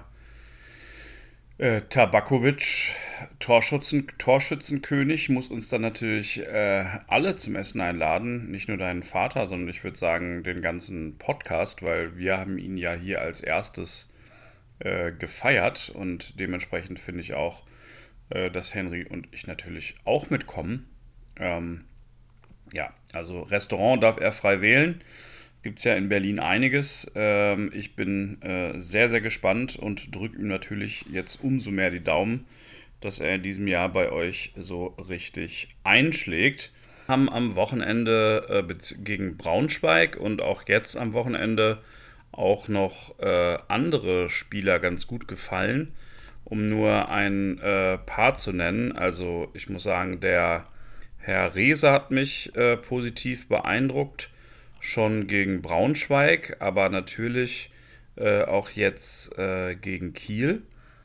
Äh, Tabakovic, Torschützen, Torschützenkönig, muss uns dann natürlich äh, alle zum Essen einladen. Nicht nur deinen Vater, sondern ich würde sagen den ganzen Podcast, weil wir haben ihn ja hier als erstes äh, gefeiert und dementsprechend finde ich auch, äh, dass Henry und ich natürlich auch mitkommen. Ähm, ja, also Restaurant darf er frei wählen. Gibt es ja in Berlin einiges. Ähm, ich bin äh, sehr, sehr gespannt und drücke ihm natürlich jetzt umso mehr die Daumen, dass er in diesem Jahr bei euch so richtig einschlägt. Wir haben am Wochenende äh, gegen Braunschweig und auch jetzt am Wochenende auch noch äh, andere Spieler ganz gut gefallen, um nur ein äh, paar zu nennen. Also ich muss sagen, der Herr Rehse hat mich äh, positiv beeindruckt. Schon gegen Braunschweig, aber natürlich äh, auch jetzt äh, gegen Kiel.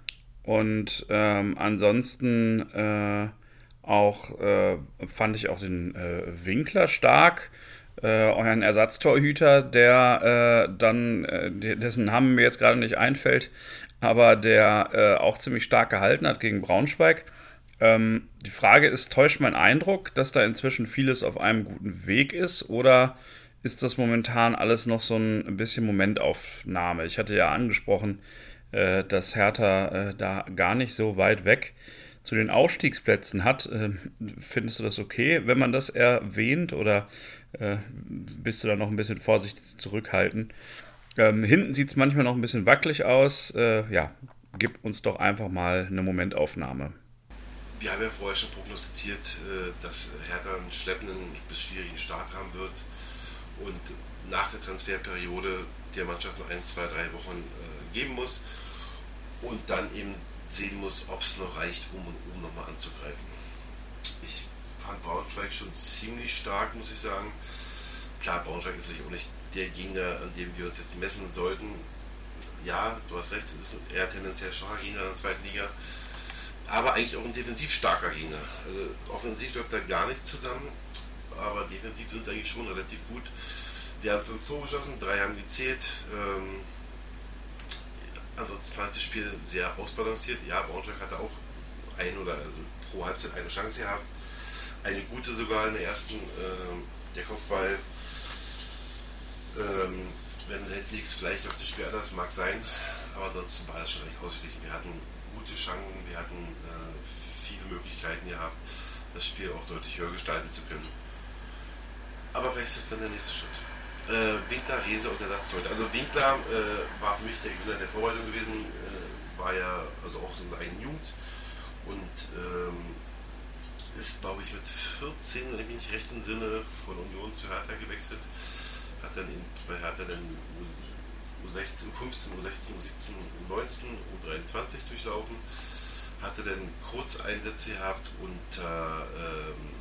Und ähm, ansonsten äh, auch äh, fand ich auch den äh, Winkler stark, äh, euren Ersatztorhüter, der äh, dann, äh, dessen Name mir jetzt gerade nicht einfällt, aber der äh, auch ziemlich stark gehalten hat gegen Braunschweig. Ähm, die Frage ist, täuscht mein Eindruck, dass da inzwischen vieles auf einem guten Weg ist, oder ist das momentan alles noch so ein bisschen Momentaufnahme? Ich hatte ja angesprochen, äh, dass Hertha äh, da gar nicht so weit weg zu den Aufstiegsplätzen hat. Äh, findest du das okay, wenn man das erwähnt, oder äh, bist du da noch ein bisschen vorsichtig zurückhaltend? Ähm, hinten sieht es manchmal noch ein bisschen wackelig aus. Äh, ja, gib uns doch einfach mal eine Momentaufnahme. Wir haben ja vorher schon prognostiziert, dass Hertha einen schleppenden bis schwierigen Start haben wird und nach der Transferperiode der Mannschaft noch ein, zwei, drei Wochen äh, geben muss und dann eben sehen muss, ob es noch reicht, um und um nochmal anzugreifen. Ich fand Braunschweig schon ziemlich stark, muss ich sagen. Klar, Braunschweig ist natürlich auch nicht der Gegner, an dem wir uns jetzt messen sollten. Ja, du hast recht, es ist eher tendenziell schwacher Gegner in der zweiten Liga, aber eigentlich auch ein defensiv starker Gegner. Also offensiv läuft da gar nichts zusammen, aber defensiv sind sie eigentlich schon relativ gut. Wir haben fünf Tore geschossen, drei haben gezählt. Ähm, ansonsten fand ich das Spiel sehr ausbalanciert. Ja, Braunschweig hatte auch ein oder also pro Halbzeit eine Chance gehabt. Eine gute sogar in der ersten. Ähm, der Kopfball, ähm, wenn du liegst, vielleicht auf das Spiel anders, mag sein. Aber ansonsten war das schon recht ausgeglichen. Wir hatten gute Chancen, wir hatten äh, viele Möglichkeiten gehabt, das Spiel auch deutlich höher gestalten zu können. Aber vielleicht ist das dann der nächste Schritt. Äh, Winkler, Rehse und Ersatztorhüter. Also Winkler äh, war für mich der Gewinner der Vorbereitung gewesen, äh, war ja also auch so in der eigenen Jugend und ähm, ist, glaube ich, mit vierzehn, wenn ich mich nicht recht im Sinne, von Union zu Hertha gewechselt. Hat dann in, bei Hertha dann U sechzehn, U fünfzehn, U sechzehn, U siebzehn, U neunzehn, U dreiundzwanzig durchlaufen. Hatte dann Kurzeinsätze gehabt unter ähm,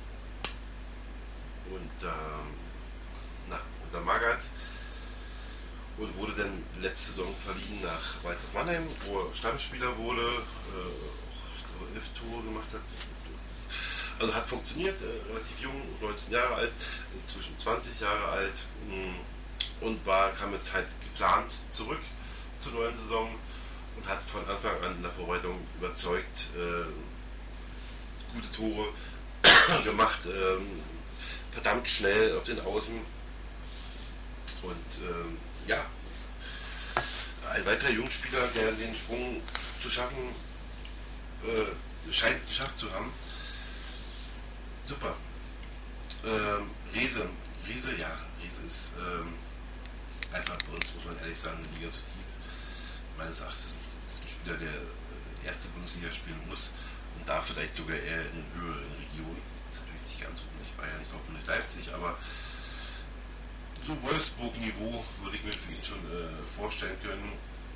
unter, na, unter Magath und wurde dann letzte Saison verliehen nach Waldhof Mannheim, wo er Stammspieler wurde, äh, auch elf Tore gemacht hat. Also hat funktioniert, äh, relativ jung, neunzehn Jahre alt, inzwischen zwanzig Jahre alt mh, und war, kam jetzt halt geplant zurück zur neuen Saison und hat von Anfang an in der Vorbereitung überzeugt, äh, gute Tore gemacht, äh, verdammt schnell auf den Außen und ähm, ja, ein weiterer Jungspieler, der den Sprung zu schaffen äh, scheint geschafft zu haben. Super. Ähm, Riese, Riese, ja, Riese ist ähm, einfach bei uns, muss man ehrlich sagen, eine Liga zu tief. Meines Erachtens ist es ein Spieler, der äh, erste Bundesliga spielen muss und da vielleicht sogar eher in höheren Regionen. Das ist natürlich nicht ganz so, nicht Bayern, nicht Dortmund, nicht Leipzig, aber so Wolfsburg-Niveau würde ich mir für ihn schon äh, vorstellen können.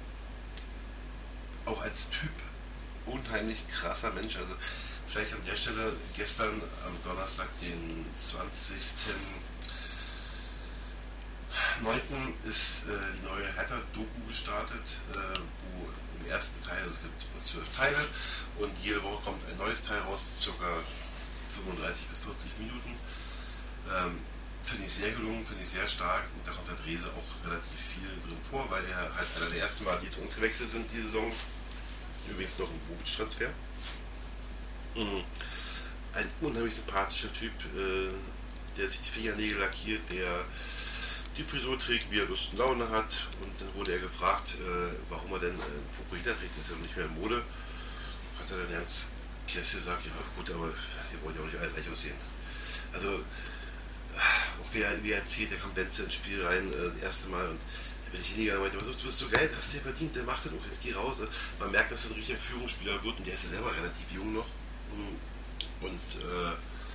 Auch als Typ unheimlich krasser Mensch. Also vielleicht an der Stelle gestern am Donnerstag, den zwanzigsten neunten ist äh, die neue Hertha-Doku gestartet, äh, wo im ersten Teil, also es gibt zwölf Teile und jede Woche kommt ein neues Teil raus, ca. fünfunddreißig bis vierzig Minuten. Ähm, finde ich sehr gelungen, finde ich sehr stark und da kommt der Drese auch relativ viel drin vor, weil er halt einer der ersten war, die zu uns gewechselt sind diese Saison. Übrigens noch ein Bobic-Transfer. Mhm. Ein unheimlich sympathischer Typ, äh, der sich die Fingernägel lackiert, der die Frisur trägt, wie er Lust und Laune hat. Und dann wurde er gefragt, äh, warum er denn äh, ein Fukuhila trägt, das ist ja nicht mehr in Mode. Hat er dann ganz Käse gesagt, ja gut, aber wir wollen ja auch nicht alle gleich aussehen. Also, auch wie er, wie er erzählt, der kommt Wenzel ins Spiel rein, äh, das erste Mal und wenn ich weniger meinte, du bist so geil, hast du dir verdient, der macht das auch, jetzt geh raus. Man merkt, dass er ein richtiger Führungsspieler wird und der ist ja selber relativ jung noch. Und äh,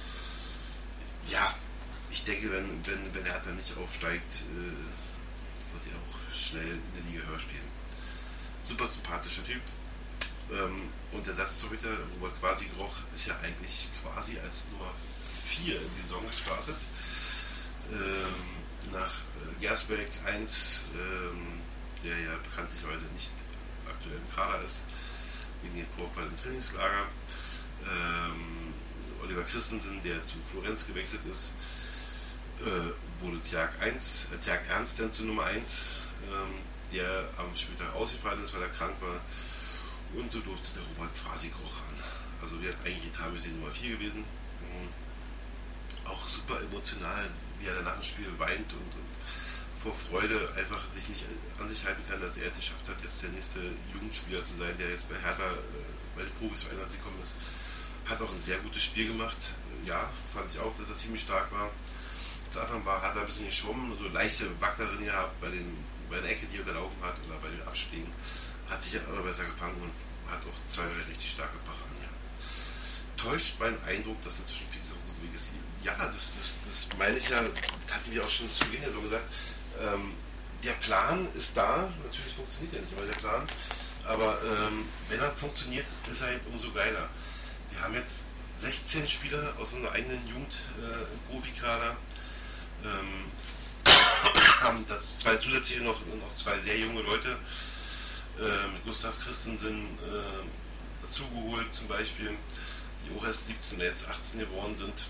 ja, ich denke, wenn, wenn, wenn er dann nicht aufsteigt, äh, wird er auch schnell in der Liga höher spielen. Super sympathischer Typ. Ähm, und der Ersatztorhüter Robert Quasi-Groch ist ja eigentlich quasi als Nummer vier in die Saison gestartet. Ähm, nach äh, Gersbeck eins, ähm, der ja bekanntlicherweise nicht aktuell im Kader ist, wegen dem Vorfall im Trainingslager. Ähm, Oliver Christensen, der zu Florenz gewechselt ist, äh, wurde Tjag eins, äh, Tjag Ernst dann zu Nummer eins, ähm, der am Spieltag ausgefallen ist, weil er krank war. Und so durfte der Robert Quasi-Groch ran. Also wir hatten eigentlich haben wir sie Nummer vier gewesen. Mhm. Auch super emotional, wie er danach im Spiel weint und, und vor Freude einfach sich nicht an sich halten kann, dass er es geschafft hat, jetzt der nächste Jugendspieler zu sein, der jetzt bei Hertha, äh, bei den Profis verändert gekommen ist. Hat auch ein sehr gutes Spiel gemacht. Ja, fand ich auch, dass er ziemlich stark war. Zu Anfang war, hat er ein bisschen geschwommen, so leichte Wacklerin gehabt bei den, bei den Ecke, die er gelaufen hat oder bei den Abschlägen. Hat sich aber besser gefangen und hat auch zwei richtig starke Pachen. Ja. Täuscht mein Eindruck, dass inzwischen viel so gut wie ist. Ja, das, das, das meine ich ja, das hatten wir auch schon zu Beginn so gesagt. Ähm, der Plan ist da, natürlich funktioniert er nicht immer der Plan, aber ähm, wenn er funktioniert, ist er halt umso geiler. Wir haben jetzt sechzehn Spieler aus unserer eigenen Jugend äh, im Profikader, ähm, haben das zwei zusätzliche noch, noch zwei sehr junge Leute, äh, mit Gustav Christensen äh, dazugeholt zum Beispiel, die auch erst siebzehn oder jetzt achtzehn geworden sind.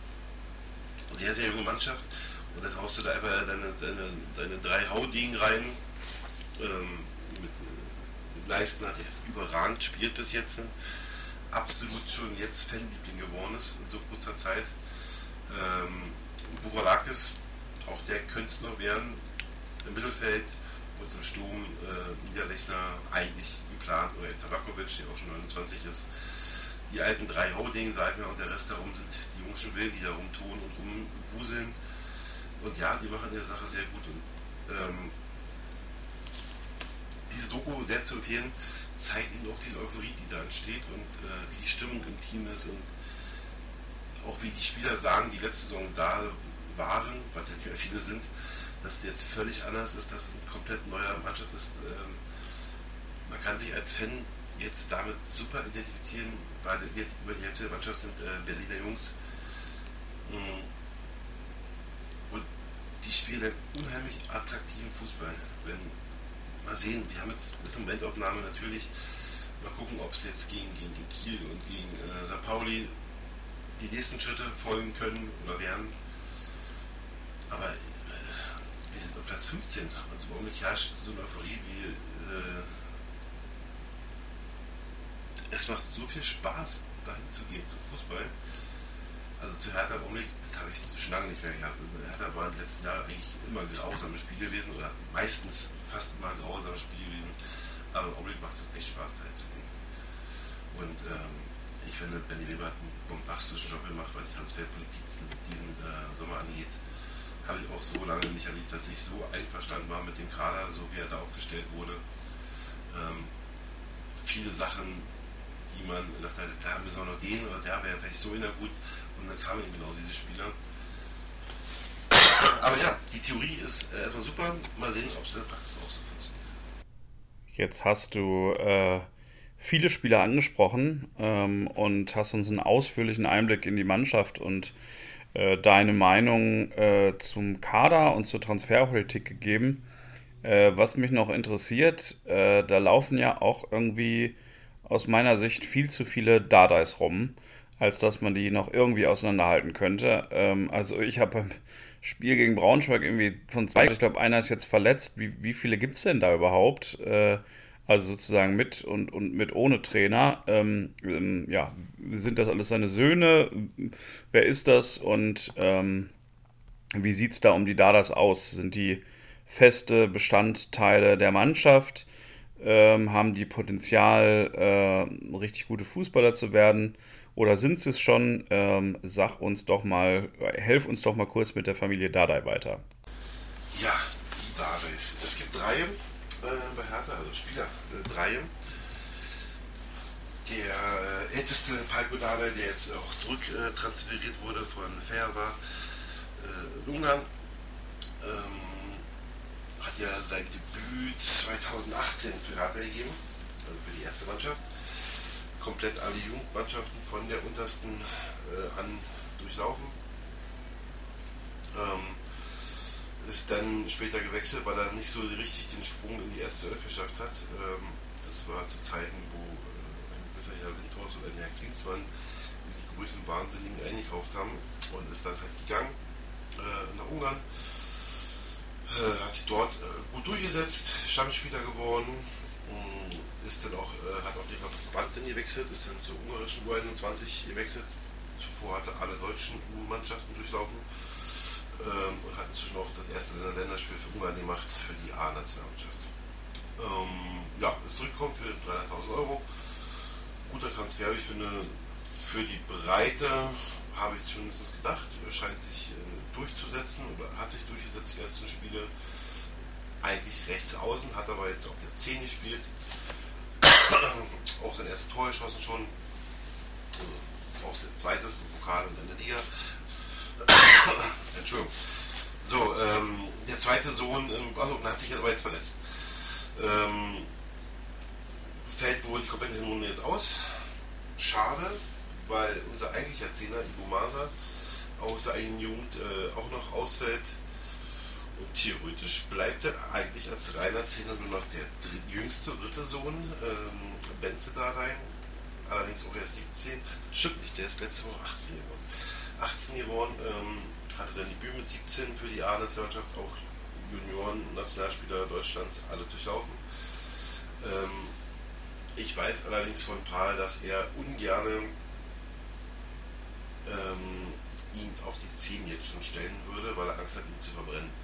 Sehr, sehr junge Mannschaft. Und dann haust du da einfach deine, deine, deine drei Haudingen rein. Ähm, mit, mit Leistner, der überragend spielt bis jetzt. Absolut schon jetzt Fanliebling geworden ist in so kurzer Zeit. Ähm, Buchalakis, auch der könnte es noch werden. Im Mittelfeld und im Sturm äh, Niederlechner eigentlich geplant. Oder Tabakovic, der auch schon neunundzwanzig ist. Die alten drei Haudingen, sagen wir, und der Rest darum sind die jungen Willen, die da rumtun und rumwuseln. Und ja, die machen ihre Sache sehr gut. Und, ähm, diese Doku sehr zu empfehlen, zeigt ihnen auch diese Euphorie, die da entsteht und äh, wie die Stimmung im Team ist und auch wie die Spieler sagen, die letzte Saison da waren, was ja nicht mehr viele sind, dass jetzt völlig anders ist, dass ein komplett neuer Mannschaft ist. Ähm, man kann sich als Fan jetzt damit super identifizieren, weil wir über die Hälfte der Mannschaft sind äh, Berliner Jungs. Und die spielen einen unheimlich attraktiven Fußball. Wenn mal sehen, wir haben jetzt, das ist eine Momentaufnahme natürlich, mal gucken, ob es jetzt gegen, gegen, gegen Kiel und gegen äh, Sankt Pauli die nächsten Schritte folgen können oder werden. Aber äh, wir sind auf Platz fünfzehn und im Augenblick herrscht so eine Euphorie wie äh, es macht so viel Spaß, dahin zu gehen, zum Fußball. Also zu Hertha im Augenblick, das habe ich schon lange nicht mehr gehabt. Hertha war in den letzten Jahren eigentlich immer grausame Spiele gewesen oder meistens fast immer grausame Spiele gewesen. Aber im Augenblick macht es echt Spaß, dahin zu gehen. Und ähm, ich finde, Benny Weber hat einen bombastischen Job gemacht, weil die Transferpolitik diesen, diesen äh, Sommer angeht. Habe ich auch so lange nicht erlebt, dass ich so einverstanden war mit dem Kader, so wie er da aufgestellt wurde. Ähm, viele Sachen, die man dachte, da müssen wir noch den oder der wäre vielleicht so in der gut. Und dann kamen eben genau diese Spieler. Aber ja, die Theorie ist äh, erstmal super. Mal sehen, ob es in der Praxis auch so funktioniert. Jetzt hast du äh, viele Spieler angesprochen ähm, und hast uns einen ausführlichen Einblick in die Mannschaft und äh, deine Meinung äh, zum Kader und zur Transferpolitik gegeben. Äh, was mich noch interessiert, äh, da laufen ja auch irgendwie aus meiner Sicht viel zu viele Dardais rum, als dass man die noch irgendwie auseinanderhalten könnte. Ähm, also ich habe beim Spiel gegen Braunschweig irgendwie von zwei, ich glaube einer ist jetzt verletzt. Wie, wie viele gibt es denn da überhaupt? Äh, also sozusagen mit und, und mit ohne Trainer. Ähm, ähm, ja, sind das alles seine Söhne? Wer ist das? Und ähm, wie sieht es da um die Dardais aus? Sind die feste Bestandteile der Mannschaft? Ähm, haben die Potenzial, äh, richtig gute Fußballer zu werden? Oder sind sie es schon? Ähm, sag uns doch mal, helf uns doch mal kurz mit der Familie Dardai weiter. Ja, die Dardais. Es gibt drei äh, bei Hertha, also Spieler, äh, drei. Der äh, älteste Palko Dardai, der jetzt auch zurück äh, transferiert wurde von Fehervar äh, in Ungarn, ähm, hat ja sein Debüt zweitausendachtzehn für Hertha gegeben, also für die erste Mannschaft. Komplett alle Jugendmannschaften von der untersten äh, an durchlaufen. Ähm, ist dann später gewechselt, weil er nicht so richtig den Sprung in die erste Elf geschafft hat. Ähm, das war zu Zeiten, wo äh, ein gewisser Herr Windhorst oder ein Herr Klinsmann die größten Wahnsinnigen eingekauft haben und ist dann halt gegangen äh, nach Ungarn. Äh, hat sich dort äh, gut durchgesetzt, Stammspieler geworden. Ist dann auch, äh, hat auch den Verband dann gewechselt, ist dann zur ungarischen U einundzwanzig gewechselt. Zuvor hatte alle deutschen U-Mannschaften durchlaufen ähm, und hat inzwischen auch das erste Länderspiel für Ungarn gemacht, für die A-Nationalmannschaft. Ähm, ja, ist zurückkommt für dreihunderttausend Euro. Guter Transfer, ich finde, für die Breite habe ich zumindest gedacht, er scheint sich äh, durchzusetzen oder hat sich durchgesetzt, die ersten Spiele. Eigentlich rechts außen, hat aber jetzt auf der zehn gespielt. Auch sein erstes Tor geschossen schon. Also auch sein zweites im Pokal und in der Liga. Entschuldigung. So, ähm, der zweite Sohn, ähm, also hat sich aber jetzt verletzt. Ähm, fällt wohl die komplette Runde jetzt aus. Schade, weil unser eigentlicher Zehner, Ivo Masa, aus der eigenen Jugend äh, auch noch ausfällt. Und theoretisch bleibt er eigentlich als reiner Zehner nur noch der dritt, jüngste, dritte Sohn, ähm, Benze Dardai, allerdings auch erst siebzehn. Stimmt nicht, der ist letzte Woche achtzehn geworden. achtzehn geworden, ähm, hatte sein Debüt mit siebzehn für die A-Nationalmannschaft, auch Junioren, Nationalspieler Deutschlands, alles durchlaufen. Ähm, ich weiß allerdings von Paul, dass er ungern ähm, ihn auf die zehn jetzt schon stellen würde, weil er Angst hat, ihn zu verbrennen.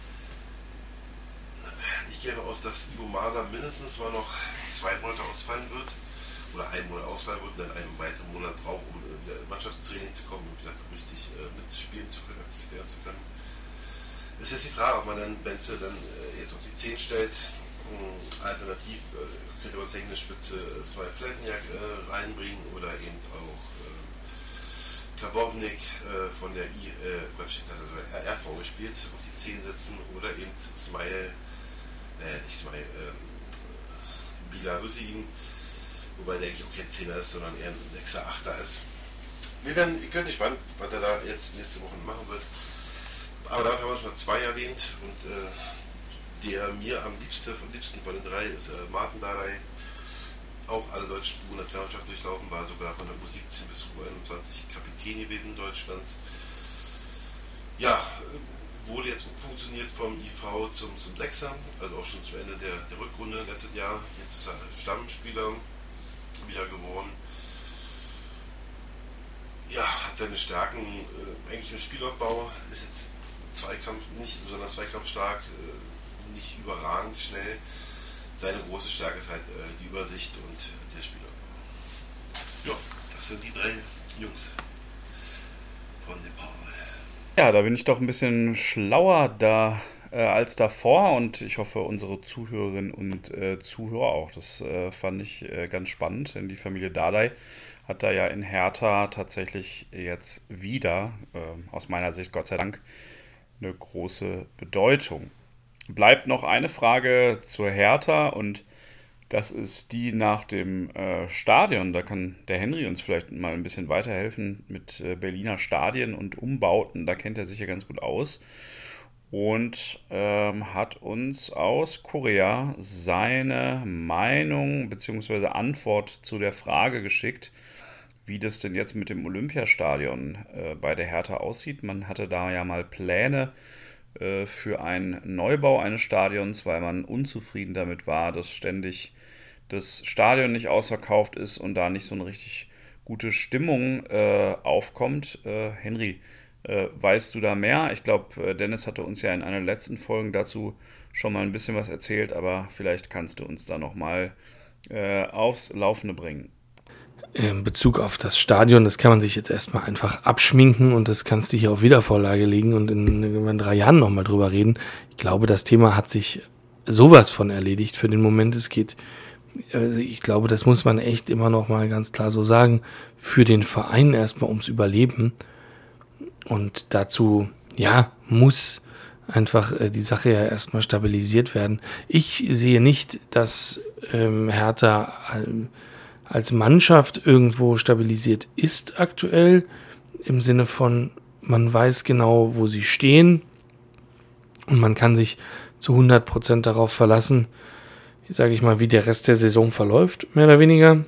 Ich gehe davon aus, dass Ivo Masa mindestens mal noch zwei Monate ausfallen wird oder einen Monat ausfallen wird und dann einen weiteren Monat braucht, um in der Mannschaftstraining zu kommen und vielleicht richtig äh, mitspielen zu können, aktiv werden zu können. Es ist jetzt die Frage, ob man dann Benze dann äh, jetzt auf die zehn stellt. Ähm, alternativ äh, könnte man technisch Spitze zwei Plettenjagd äh, reinbringen oder eben auch äh, Karbovnik äh, von der I, äh, Gott, also R V gespielt, auf die zehn setzen oder eben Smile, äh, nicht Smile, äh, Bilal Hüseyin, wobei der eigentlich auch kein Zehner ist, sondern eher ein Sechser, Achter ist. Wir werden, ich bin gespannt, was er da jetzt nächste Woche machen wird. Aber da haben wir schon zwei erwähnt und äh, der mir am liebsten, am liebsten von den drei ist äh, Martin Dardai. Auch alle deutschen U-Nationalmannschaften durchlaufen, war sogar von der U siebzehn bis U einundzwanzig Kapitän gewesen Deutschlands. Ja, wurde jetzt funktioniert vom I V zum, zum Sechser, also auch schon zum Ende der, der Rückrunde letztes Jahr. Jetzt ist er Stammspieler wieder geworden. Ja, hat seine Stärken äh, eigentlich im Spielaufbau, ist jetzt Zweikampf, nicht besonders zweikampfstark, äh, nicht überragend schnell. Seine große Stärke ist halt äh, die Übersicht und äh, der Spielaufbau. Ja, das sind die drei Jungs von Nepal. Ja, da bin ich doch ein bisschen schlauer da äh, als davor und ich hoffe, unsere Zuhörerinnen und äh, Zuhörer auch. Das äh, fand ich äh, ganz spannend, denn die Familie Dardai hat da ja in Hertha tatsächlich jetzt wieder, äh, aus meiner Sicht Gott sei Dank, eine große Bedeutung. Bleibt noch eine Frage zur Hertha und das ist die nach dem äh, Stadion. Da kann der Henry uns vielleicht mal ein bisschen weiterhelfen mit äh, Berliner Stadien und Umbauten. Da kennt er sich ja ganz gut aus und ähm, hat uns aus Korea seine Meinung bzw. Antwort zu der Frage geschickt, wie das denn jetzt mit dem Olympiastadion äh, bei der Hertha aussieht. Man hatte da ja mal Pläne für einen Neubau eines Stadions, weil man unzufrieden damit war, dass ständig das Stadion nicht ausverkauft ist und da nicht so eine richtig gute Stimmung äh, aufkommt. Äh, Henry, äh, weißt du da mehr? Ich glaube, Dennis hatte uns ja in einer der letzten Folgen dazu schon mal ein bisschen was erzählt, aber vielleicht kannst du uns da nochmal äh, aufs Laufende bringen. In Bezug auf das Stadion, das kann man sich jetzt erstmal einfach abschminken und das kannst du hier auf Wiedervorlage legen und in, in drei Jahren nochmal drüber reden. Ich glaube, das Thema hat sich sowas von erledigt für den Moment. Es geht, ich glaube, das muss man echt immer noch mal ganz klar so sagen, für den Verein erstmal ums Überleben. Und dazu, ja, muss einfach die Sache ja erstmal stabilisiert werden. Ich sehe nicht, dass ähm, Hertha ähm, als Mannschaft irgendwo stabilisiert ist aktuell, im Sinne von, man weiß genau, wo sie stehen und man kann sich zu hundert Prozent darauf verlassen, sage ich mal, wie der Rest der Saison verläuft, mehr oder weniger.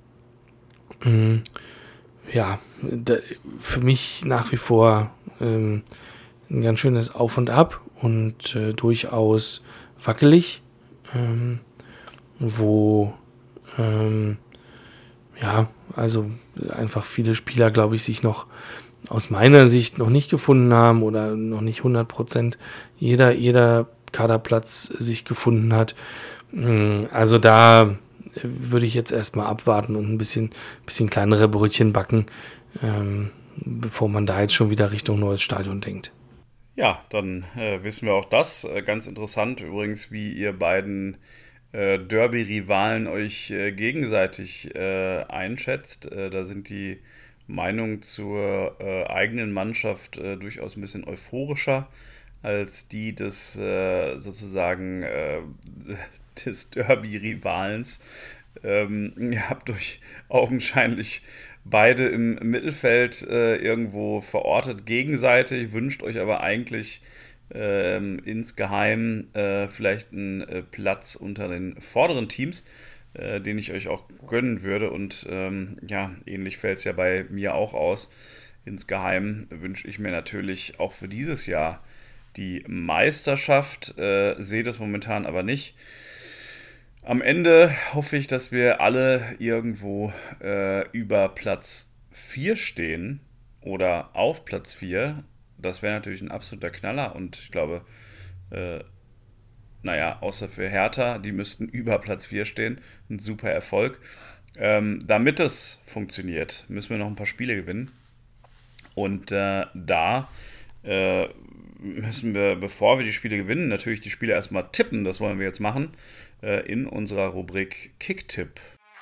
Ja, da, für mich nach wie vor ähm, ein ganz schönes Auf und Ab und äh, durchaus wackelig, ähm, wo ähm, ja, also einfach viele Spieler, glaube ich, sich noch aus meiner Sicht noch nicht gefunden haben oder noch nicht hundert Prozent jeder, jeder Kaderplatz sich gefunden hat. Also da würde ich jetzt erstmal abwarten und ein bisschen, bisschen kleinere Brötchen backen, ähm, bevor man da jetzt schon wieder Richtung neues Stadion denkt. Ja, dann äh, wissen wir auch das. Äh, ganz interessant übrigens, wie ihr beiden Äh, Derby-Rivalen euch äh, gegenseitig äh, einschätzt. Äh, da sind die Meinungen zur äh, eigenen Mannschaft äh, durchaus ein bisschen euphorischer als die des äh, sozusagen äh, des Derby-Rivalens. Ähm, ihr habt euch augenscheinlich beide im Mittelfeld äh, irgendwo verortet gegenseitig, wünscht euch aber eigentlich Ähm, insgeheim äh, vielleicht einen äh, Platz unter den vorderen Teams, äh, den ich euch auch gönnen würde. Und ähm, ja, ähnlich fällt es ja bei mir auch aus. Insgeheim wünsche ich mir natürlich auch für dieses Jahr die Meisterschaft, äh, sehe das momentan aber nicht. Am Ende hoffe ich, dass wir alle irgendwo äh, über Platz vier stehen oder auf Platz vier. Das wäre natürlich ein absoluter Knaller und ich glaube, äh, naja, außer für Hertha, die müssten über Platz vier stehen, ein super Erfolg. Ähm, damit es funktioniert, müssen wir noch ein paar Spiele gewinnen und äh, da äh, müssen wir, bevor wir die Spiele gewinnen, natürlich die Spiele erstmal tippen, das wollen wir jetzt machen, äh, in unserer Rubrik Kicktipp.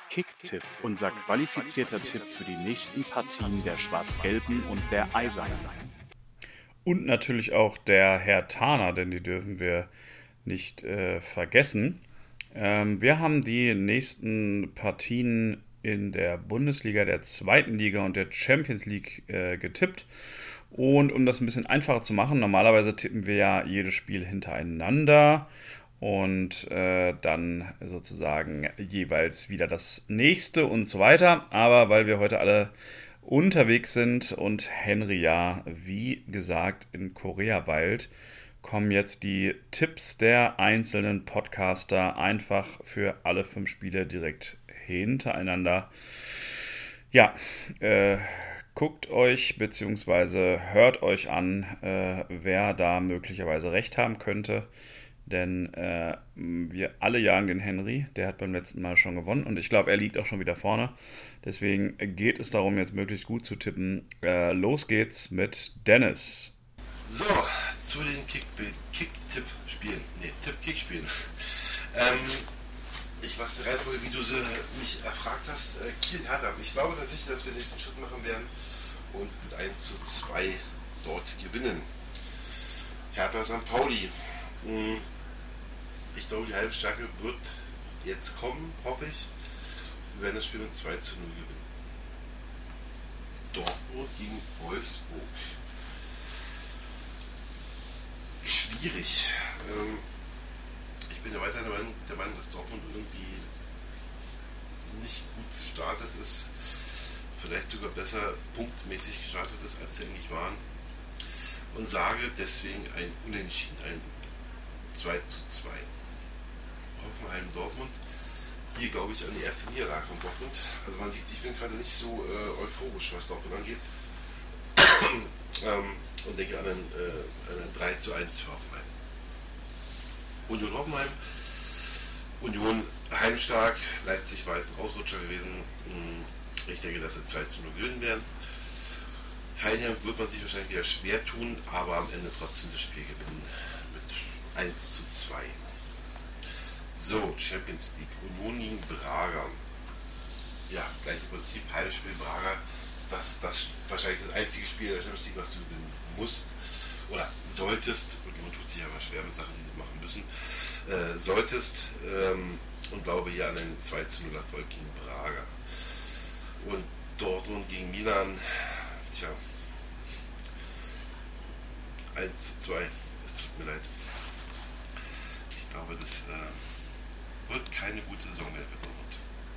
Kicktipp, unser qualifizierter Tipp für die nächsten Partien der Schwarz-Gelben und der Eisernen. Und natürlich auch der Herr Thaner, denn die dürfen wir nicht äh, vergessen. Ähm, wir haben die nächsten Partien in der Bundesliga, der zweiten Liga und der Champions League äh, getippt. Und um das ein bisschen einfacher zu machen, normalerweise tippen wir ja jedes Spiel hintereinander und äh, dann sozusagen jeweils wieder das nächste und so weiter. Aber weil wir heute alle unterwegs sind und Henry ja, wie gesagt, in Korea weilt, kommen jetzt die Tipps der einzelnen Podcaster einfach für alle fünf Spiele direkt hintereinander. Ja, äh, guckt euch bzw. hört euch an, äh, wer da möglicherweise recht haben könnte. Denn äh, wir alle jagen den Henry, der hat beim letzten Mal schon gewonnen und ich glaube, er liegt auch schon wieder vorne. Deswegen geht es darum, jetzt möglichst gut zu tippen. Äh, los geht's mit Dennis. So, zu den Kick-Tipp-Spielen. Ne, Tipp-Kick-Spielen. ähm, ich weiß die Reihenfolge, wie du sie mich erfragt hast. Äh, Kiel-Hertha. Ich glaube tatsächlich, dass wir den nächsten Schritt machen werden und mit eins zu zwei dort gewinnen. Hertha Sankt Pauli. Hm. Ich glaube, die Halbstärke wird jetzt kommen, hoffe ich. Wir werden das Spiel mit zwei zu null gewinnen. Dortmund gegen Wolfsburg. Schwierig. Ähm, ich bin ja weiterhin der Meinung, der Meinung, dass Dortmund irgendwie nicht gut gestartet ist. Vielleicht sogar besser punktmäßig gestartet ist, als sie eigentlich waren. Und sage deswegen ein Unentschieden, ein zwei zu zwei. Hoffenheim Dortmund. Hier glaube ich an die erste Niederlage von Dortmund. Also man sieht, ich bin gerade nicht so äh, euphorisch, was Dortmund angeht. ähm, und denke an ein, äh, an ein drei zu eins für Hoffenheim. Union Hoffenheim. Union heimstark. Leipzig war jetzt ein Ausrutscher gewesen. Ich denke, dass sie zwei zu null gewinnen werden. Heidenheim wird man sich wahrscheinlich wieder schwer tun, aber am Ende trotzdem das Spiel gewinnen mit eins zu zwei. So, Champions League. Union gegen Braga. Ja, gleiches Prinzip. Heimspiel Braga. Das, das wahrscheinlich das einzige Spiel der Champions League, was du gewinnen musst. Oder solltest. Und man tut sich aber schwer mit Sachen, die sie machen müssen. Äh, solltest. Ähm, und glaube hier an einen zwei zu null Erfolg gegen Braga. Und Dortmund gegen Milan. Tja. eins zu zwei. Es tut mir leid. Ich glaube, das äh, wird keine gute Saison mehr für Dortmund.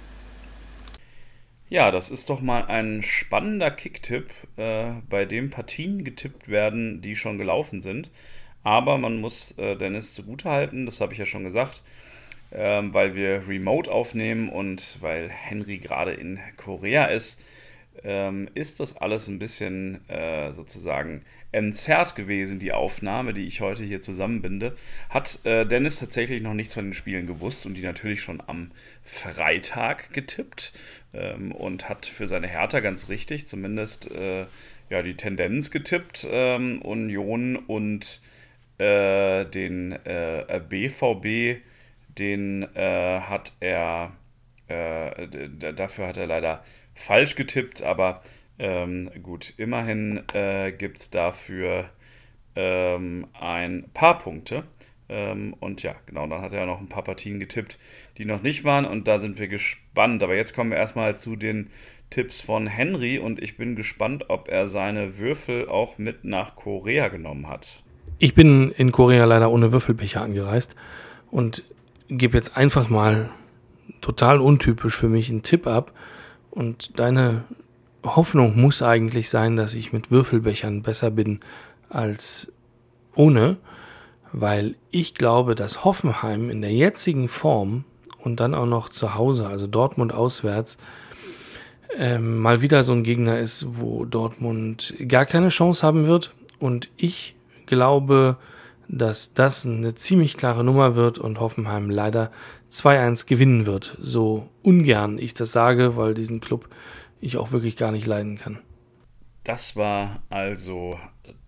Ja, das ist doch mal ein spannender Kicktipp, äh, bei dem Partien getippt werden, die schon gelaufen sind. Aber man muss äh, Dennis zugutehalten, das habe ich ja schon gesagt, äh, weil wir remote aufnehmen und weil Henry gerade in Korea ist, ähm, ist das alles ein bisschen äh, sozusagen entzerrt gewesen, die Aufnahme, die ich heute hier zusammenbinde. Hat äh, Dennis tatsächlich noch nichts von den Spielen gewusst und die natürlich schon am Freitag getippt ähm, und hat für seine Hertha ganz richtig zumindest äh, ja, die Tendenz getippt. Ähm, Union und äh, den äh, B V B, den äh, hat er, äh, d- dafür hat er leider falsch getippt, aber ähm, gut, immerhin äh, gibt es dafür ähm, ein paar Punkte. Ähm, und ja, genau, dann hat er noch ein paar Partien getippt, die noch nicht waren und da sind wir gespannt. Aber jetzt kommen wir erstmal zu den Tipps von Henry und ich bin gespannt, ob er seine Würfel auch mit nach Korea genommen hat. Ich bin in Korea leider ohne Würfelbecher angereist und gebe jetzt einfach mal total untypisch für mich einen Tipp ab. Und deine Hoffnung muss eigentlich sein, dass ich mit Würfelbechern besser bin als ohne, weil ich glaube, dass Hoffenheim in der jetzigen Form und dann auch noch zu Hause, also Dortmund auswärts, ähm, mal wieder so ein Gegner ist, wo Dortmund gar keine Chance haben wird. Und ich glaube, dass das eine ziemlich klare Nummer wird und Hoffenheim leider zwei eins gewinnen wird. So ungern ich das sage, weil diesen Club ich auch wirklich gar nicht leiden kann. Das war also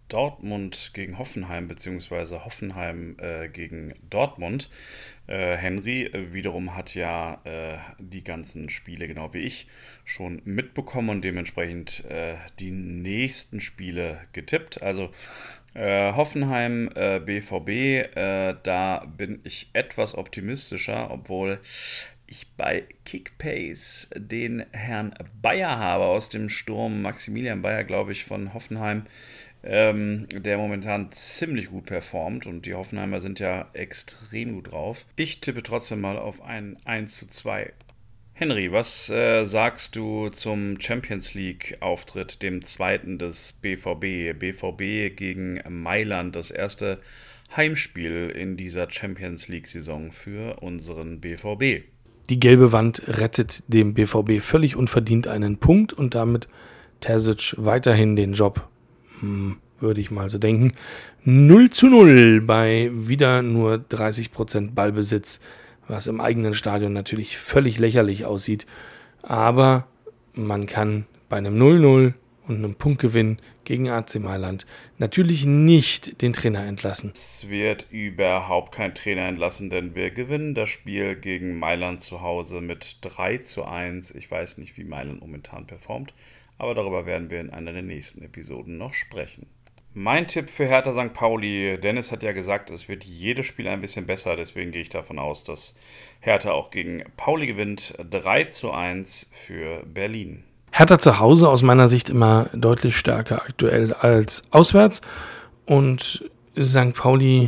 Dortmund gegen Hoffenheim, beziehungsweise Hoffenheim äh, gegen Dortmund. Äh, Henry äh, wiederum hat ja äh, die ganzen Spiele, genau wie ich, schon mitbekommen und dementsprechend äh, die nächsten Spiele getippt. Also äh, Hoffenheim, äh, B V B, äh, da bin ich etwas optimistischer, obwohl ich bei Kickpace den Herrn Bayer habe aus dem Sturm, Maximilian Bayer, glaube ich, von Hoffenheim, ähm, der momentan ziemlich gut performt und die Hoffenheimer sind ja extrem gut drauf. Ich tippe trotzdem mal auf ein eins zu zwei. Henry, was äh, sagst du zum Champions League-Auftritt, dem zweiten des B V B? B V B gegen Mailand, das erste Heimspiel in dieser Champions League-Saison für unseren B V B. Die gelbe Wand rettet dem B V B völlig unverdient einen Punkt und damit Terzic weiterhin den Job, hm, würde ich mal so denken. null zu null bei wieder nur dreißig Prozent Ballbesitz, was im eigenen Stadion natürlich völlig lächerlich aussieht. Aber man kann bei einem null null und einem Punktgewinn gegen A C Mailand natürlich nicht den Trainer entlassen. Es wird überhaupt kein Trainer entlassen, denn wir gewinnen das Spiel gegen Mailand zu Hause mit drei zu eins. Ich weiß nicht, wie Mailand momentan performt, aber darüber werden wir in einer der nächsten Episoden noch sprechen. Mein Tipp für Hertha Sankt Pauli, Dennis hat ja gesagt, es wird jedes Spiel ein bisschen besser, deswegen gehe ich davon aus, dass Hertha auch gegen Pauli gewinnt. drei zu eins für Berlin. Hertha zu Hause aus meiner Sicht immer deutlich stärker aktuell als auswärts und Sankt Pauli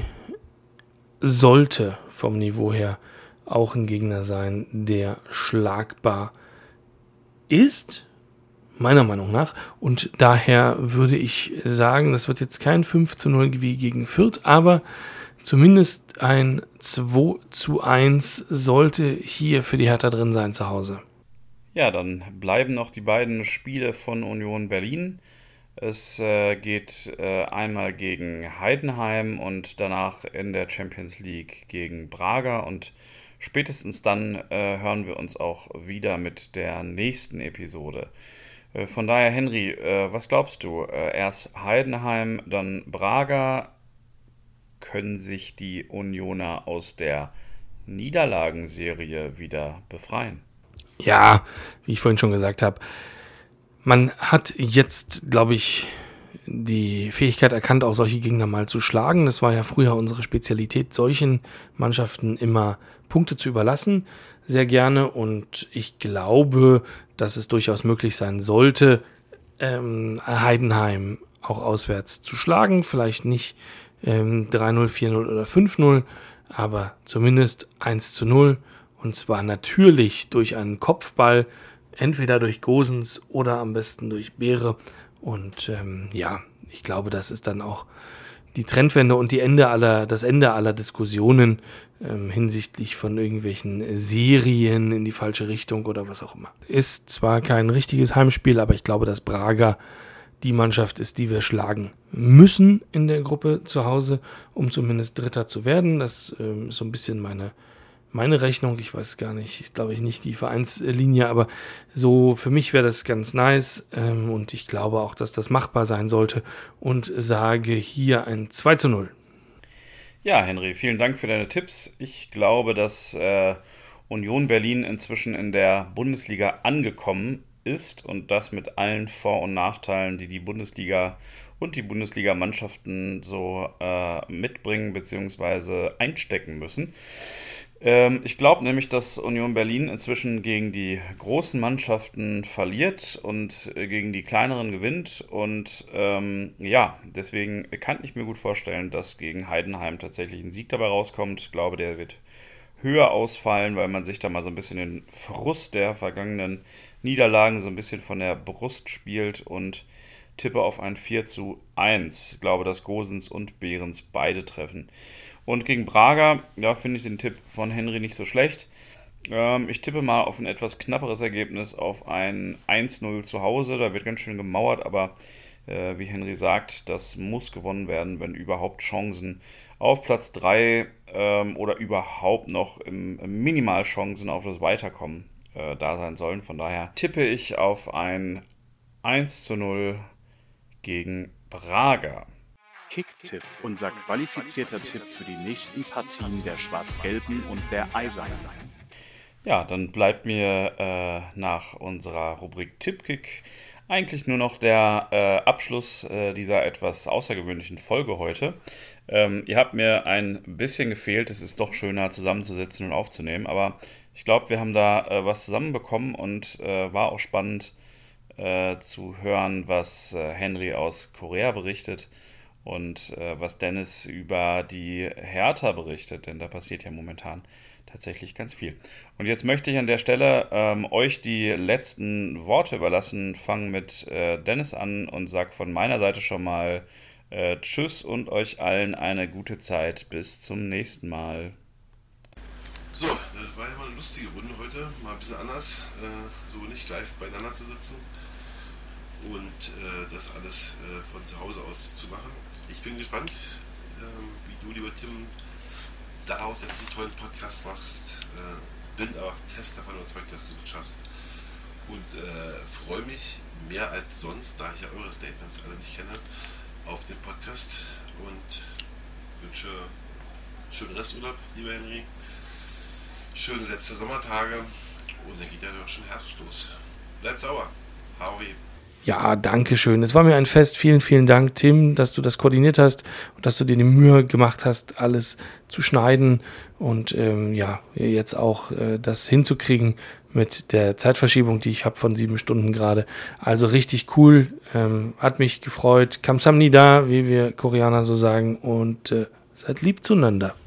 sollte vom Niveau her auch ein Gegner sein, der schlagbar ist, meiner Meinung nach, und daher würde ich sagen, das wird jetzt kein fünf zu null wie gegen Fürth, aber zumindest ein zwei zu eins sollte hier für die Hertha drin sein zu Hause. Ja, dann bleiben noch die beiden Spiele von Union Berlin. Es äh, geht äh, einmal gegen Heidenheim und danach in der Champions League gegen Braga. Und spätestens dann äh, hören wir uns auch wieder mit der nächsten Episode. Äh, von daher, Henry, äh, was glaubst du? Äh, erst Heidenheim, dann Braga. Können sich die Unioner aus der Niederlagenserie wieder befreien? Ja, wie ich vorhin schon gesagt habe, man hat jetzt, glaube ich, die Fähigkeit erkannt, auch solche Gegner mal zu schlagen. Das war ja früher unsere Spezialität, solchen Mannschaften immer Punkte zu überlassen, sehr gerne. Und ich glaube, dass es durchaus möglich sein sollte, ähm, Heidenheim auch auswärts zu schlagen. Vielleicht nicht ähm, drei null, vier null oder fünf null, aber zumindest eins zu null. Und zwar natürlich durch einen Kopfball, entweder durch Gosens oder am besten durch Beere. Und ähm, ja, ich glaube, das ist dann auch die Trendwende und die Ende aller, das Ende aller Diskussionen ähm, hinsichtlich von irgendwelchen Serien in die falsche Richtung oder was auch immer. Ist zwar kein richtiges Heimspiel, aber ich glaube, dass Braga die Mannschaft ist, die wir schlagen müssen in der Gruppe zu Hause, um zumindest Dritter zu werden. Das ähm, ist so ein bisschen meine Meine Rechnung, ich weiß gar nicht, ich glaube ich nicht die Vereinslinie, aber so für mich wäre das ganz nice ähm, und ich glaube auch, dass das machbar sein sollte und sage hier ein zwei zu null. Ja, Henry, vielen Dank für deine Tipps. Ich glaube, dass äh, Union Berlin inzwischen in der Bundesliga angekommen ist und das mit allen Vor- und Nachteilen, die die Bundesliga und die Bundesliga-Mannschaften so äh, mitbringen bzw. einstecken müssen. Ich glaube nämlich, dass Union Berlin inzwischen gegen die großen Mannschaften verliert und gegen die kleineren gewinnt. Und ähm, ja, deswegen kann ich mir gut vorstellen, dass gegen Heidenheim tatsächlich ein Sieg dabei rauskommt. Ich glaube, der wird höher ausfallen, weil man sich da mal so ein bisschen den Frust der vergangenen Niederlagen so ein bisschen von der Brust spielt und tippe auf ein vier zu eins. Ich glaube, dass Gosens und Behrens beide treffen. Und gegen Braga, ja, finde ich den Tipp von Henry nicht so schlecht. Ähm, ich tippe mal auf ein etwas knapperes Ergebnis, auf ein eins null zu Hause. Da wird ganz schön gemauert, aber äh, wie Henry sagt, das muss gewonnen werden, wenn überhaupt Chancen auf Platz drei ähm, oder überhaupt noch im, im Minimalchancen auf das Weiterkommen äh, da sein sollen. Von daher tippe ich auf ein eins zu null gegen Braga. Kicktipp, unser qualifizierter Tipp für die nächsten Partien der Schwarz-Gelben und der Eisernen. Ja, dann bleibt mir äh, nach unserer Rubrik Tippkick eigentlich nur noch der äh, Abschluss äh, dieser etwas außergewöhnlichen Folge heute. Ähm, ihr habt mir ein bisschen gefehlt, es ist doch schöner zusammenzusetzen und aufzunehmen, aber ich glaube, wir haben da äh, was zusammenbekommen und äh, war auch spannend äh, zu hören, was äh, Henry aus Korea berichtet und äh, was Dennis über die Hertha berichtet, denn da passiert ja momentan tatsächlich ganz viel. Und jetzt möchte ich an der Stelle ähm, euch die letzten Worte überlassen. Fange mit äh, Dennis an und sage von meiner Seite schon mal äh, Tschüss und euch allen eine gute Zeit. Bis zum nächsten Mal. So, das war ja mal eine lustige Runde heute. Mal ein bisschen anders. Äh, so nicht live beieinander zu sitzen und äh, das alles äh, von zu Hause aus zu machen. Ich bin gespannt, äh, wie du, lieber Tim, daraus jetzt einen tollen Podcast machst. Äh, bin aber fest davon überzeugt, dass du das schaffst. Und äh, freue mich mehr als sonst, da ich ja eure Statements alle nicht kenne, auf den Podcast. Und wünsche schönen Resturlaub, lieber Henry. Schöne letzte Sommertage. Und dann geht ja doch schon Herbst los. Bleibt sauber. Howdy. Ja, danke schön. Es war mir ein Fest. Vielen, vielen Dank, Tim, dass du das koordiniert hast und dass du dir die Mühe gemacht hast, alles zu schneiden und ähm, ja, jetzt auch äh, das hinzukriegen mit der Zeitverschiebung, die ich habe von sieben Stunden gerade. Also richtig cool. Ähm, hat mich gefreut. Kamsamnida, wie wir Koreaner so sagen, und äh, seid lieb zueinander.